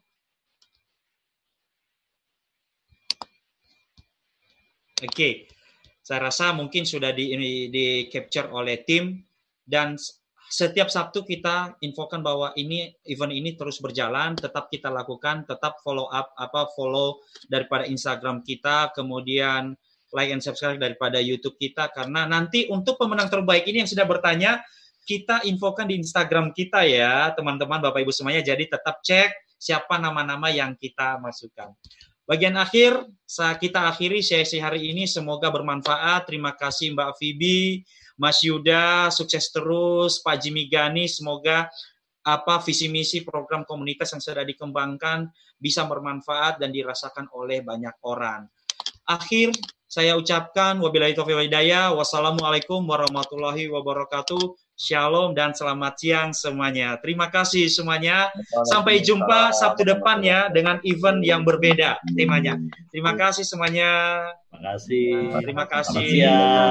Oke. Saya rasa mungkin sudah di ini di capture oleh tim, dan setiap Sabtu kita infokan bahwa ini event ini terus berjalan, tetap kita lakukan, tetap follow up apa follow daripada Instagram kita, kemudian like and subscribe daripada YouTube kita, karena nanti untuk pemenang terbaik ini yang sudah bertanya kita infokan di Instagram kita ya, teman-teman Bapak Ibu semuanya. Jadi tetap cek siapa nama-nama yang kita masukkan. Bagian akhir kita akhiri sesi hari ini, semoga bermanfaat. Terima kasih Mbak Fibi, Mas Yuda, sukses terus, Pak Jimmy Gani, semoga apa visi misi program komunitas yang sudah dikembangkan bisa bermanfaat dan dirasakan oleh banyak orang. Akhir saya ucapkan wabillahi taufiq wal hidayah, wassalamualaikum warahmatullahi wabarakatuh. Shalom dan selamat siang semuanya. Terima kasih semuanya. Sampai jumpa Sabtu depan ya dengan event yang berbeda temanya. Terima kasih semuanya.
Terima kasih.
Terima kasih.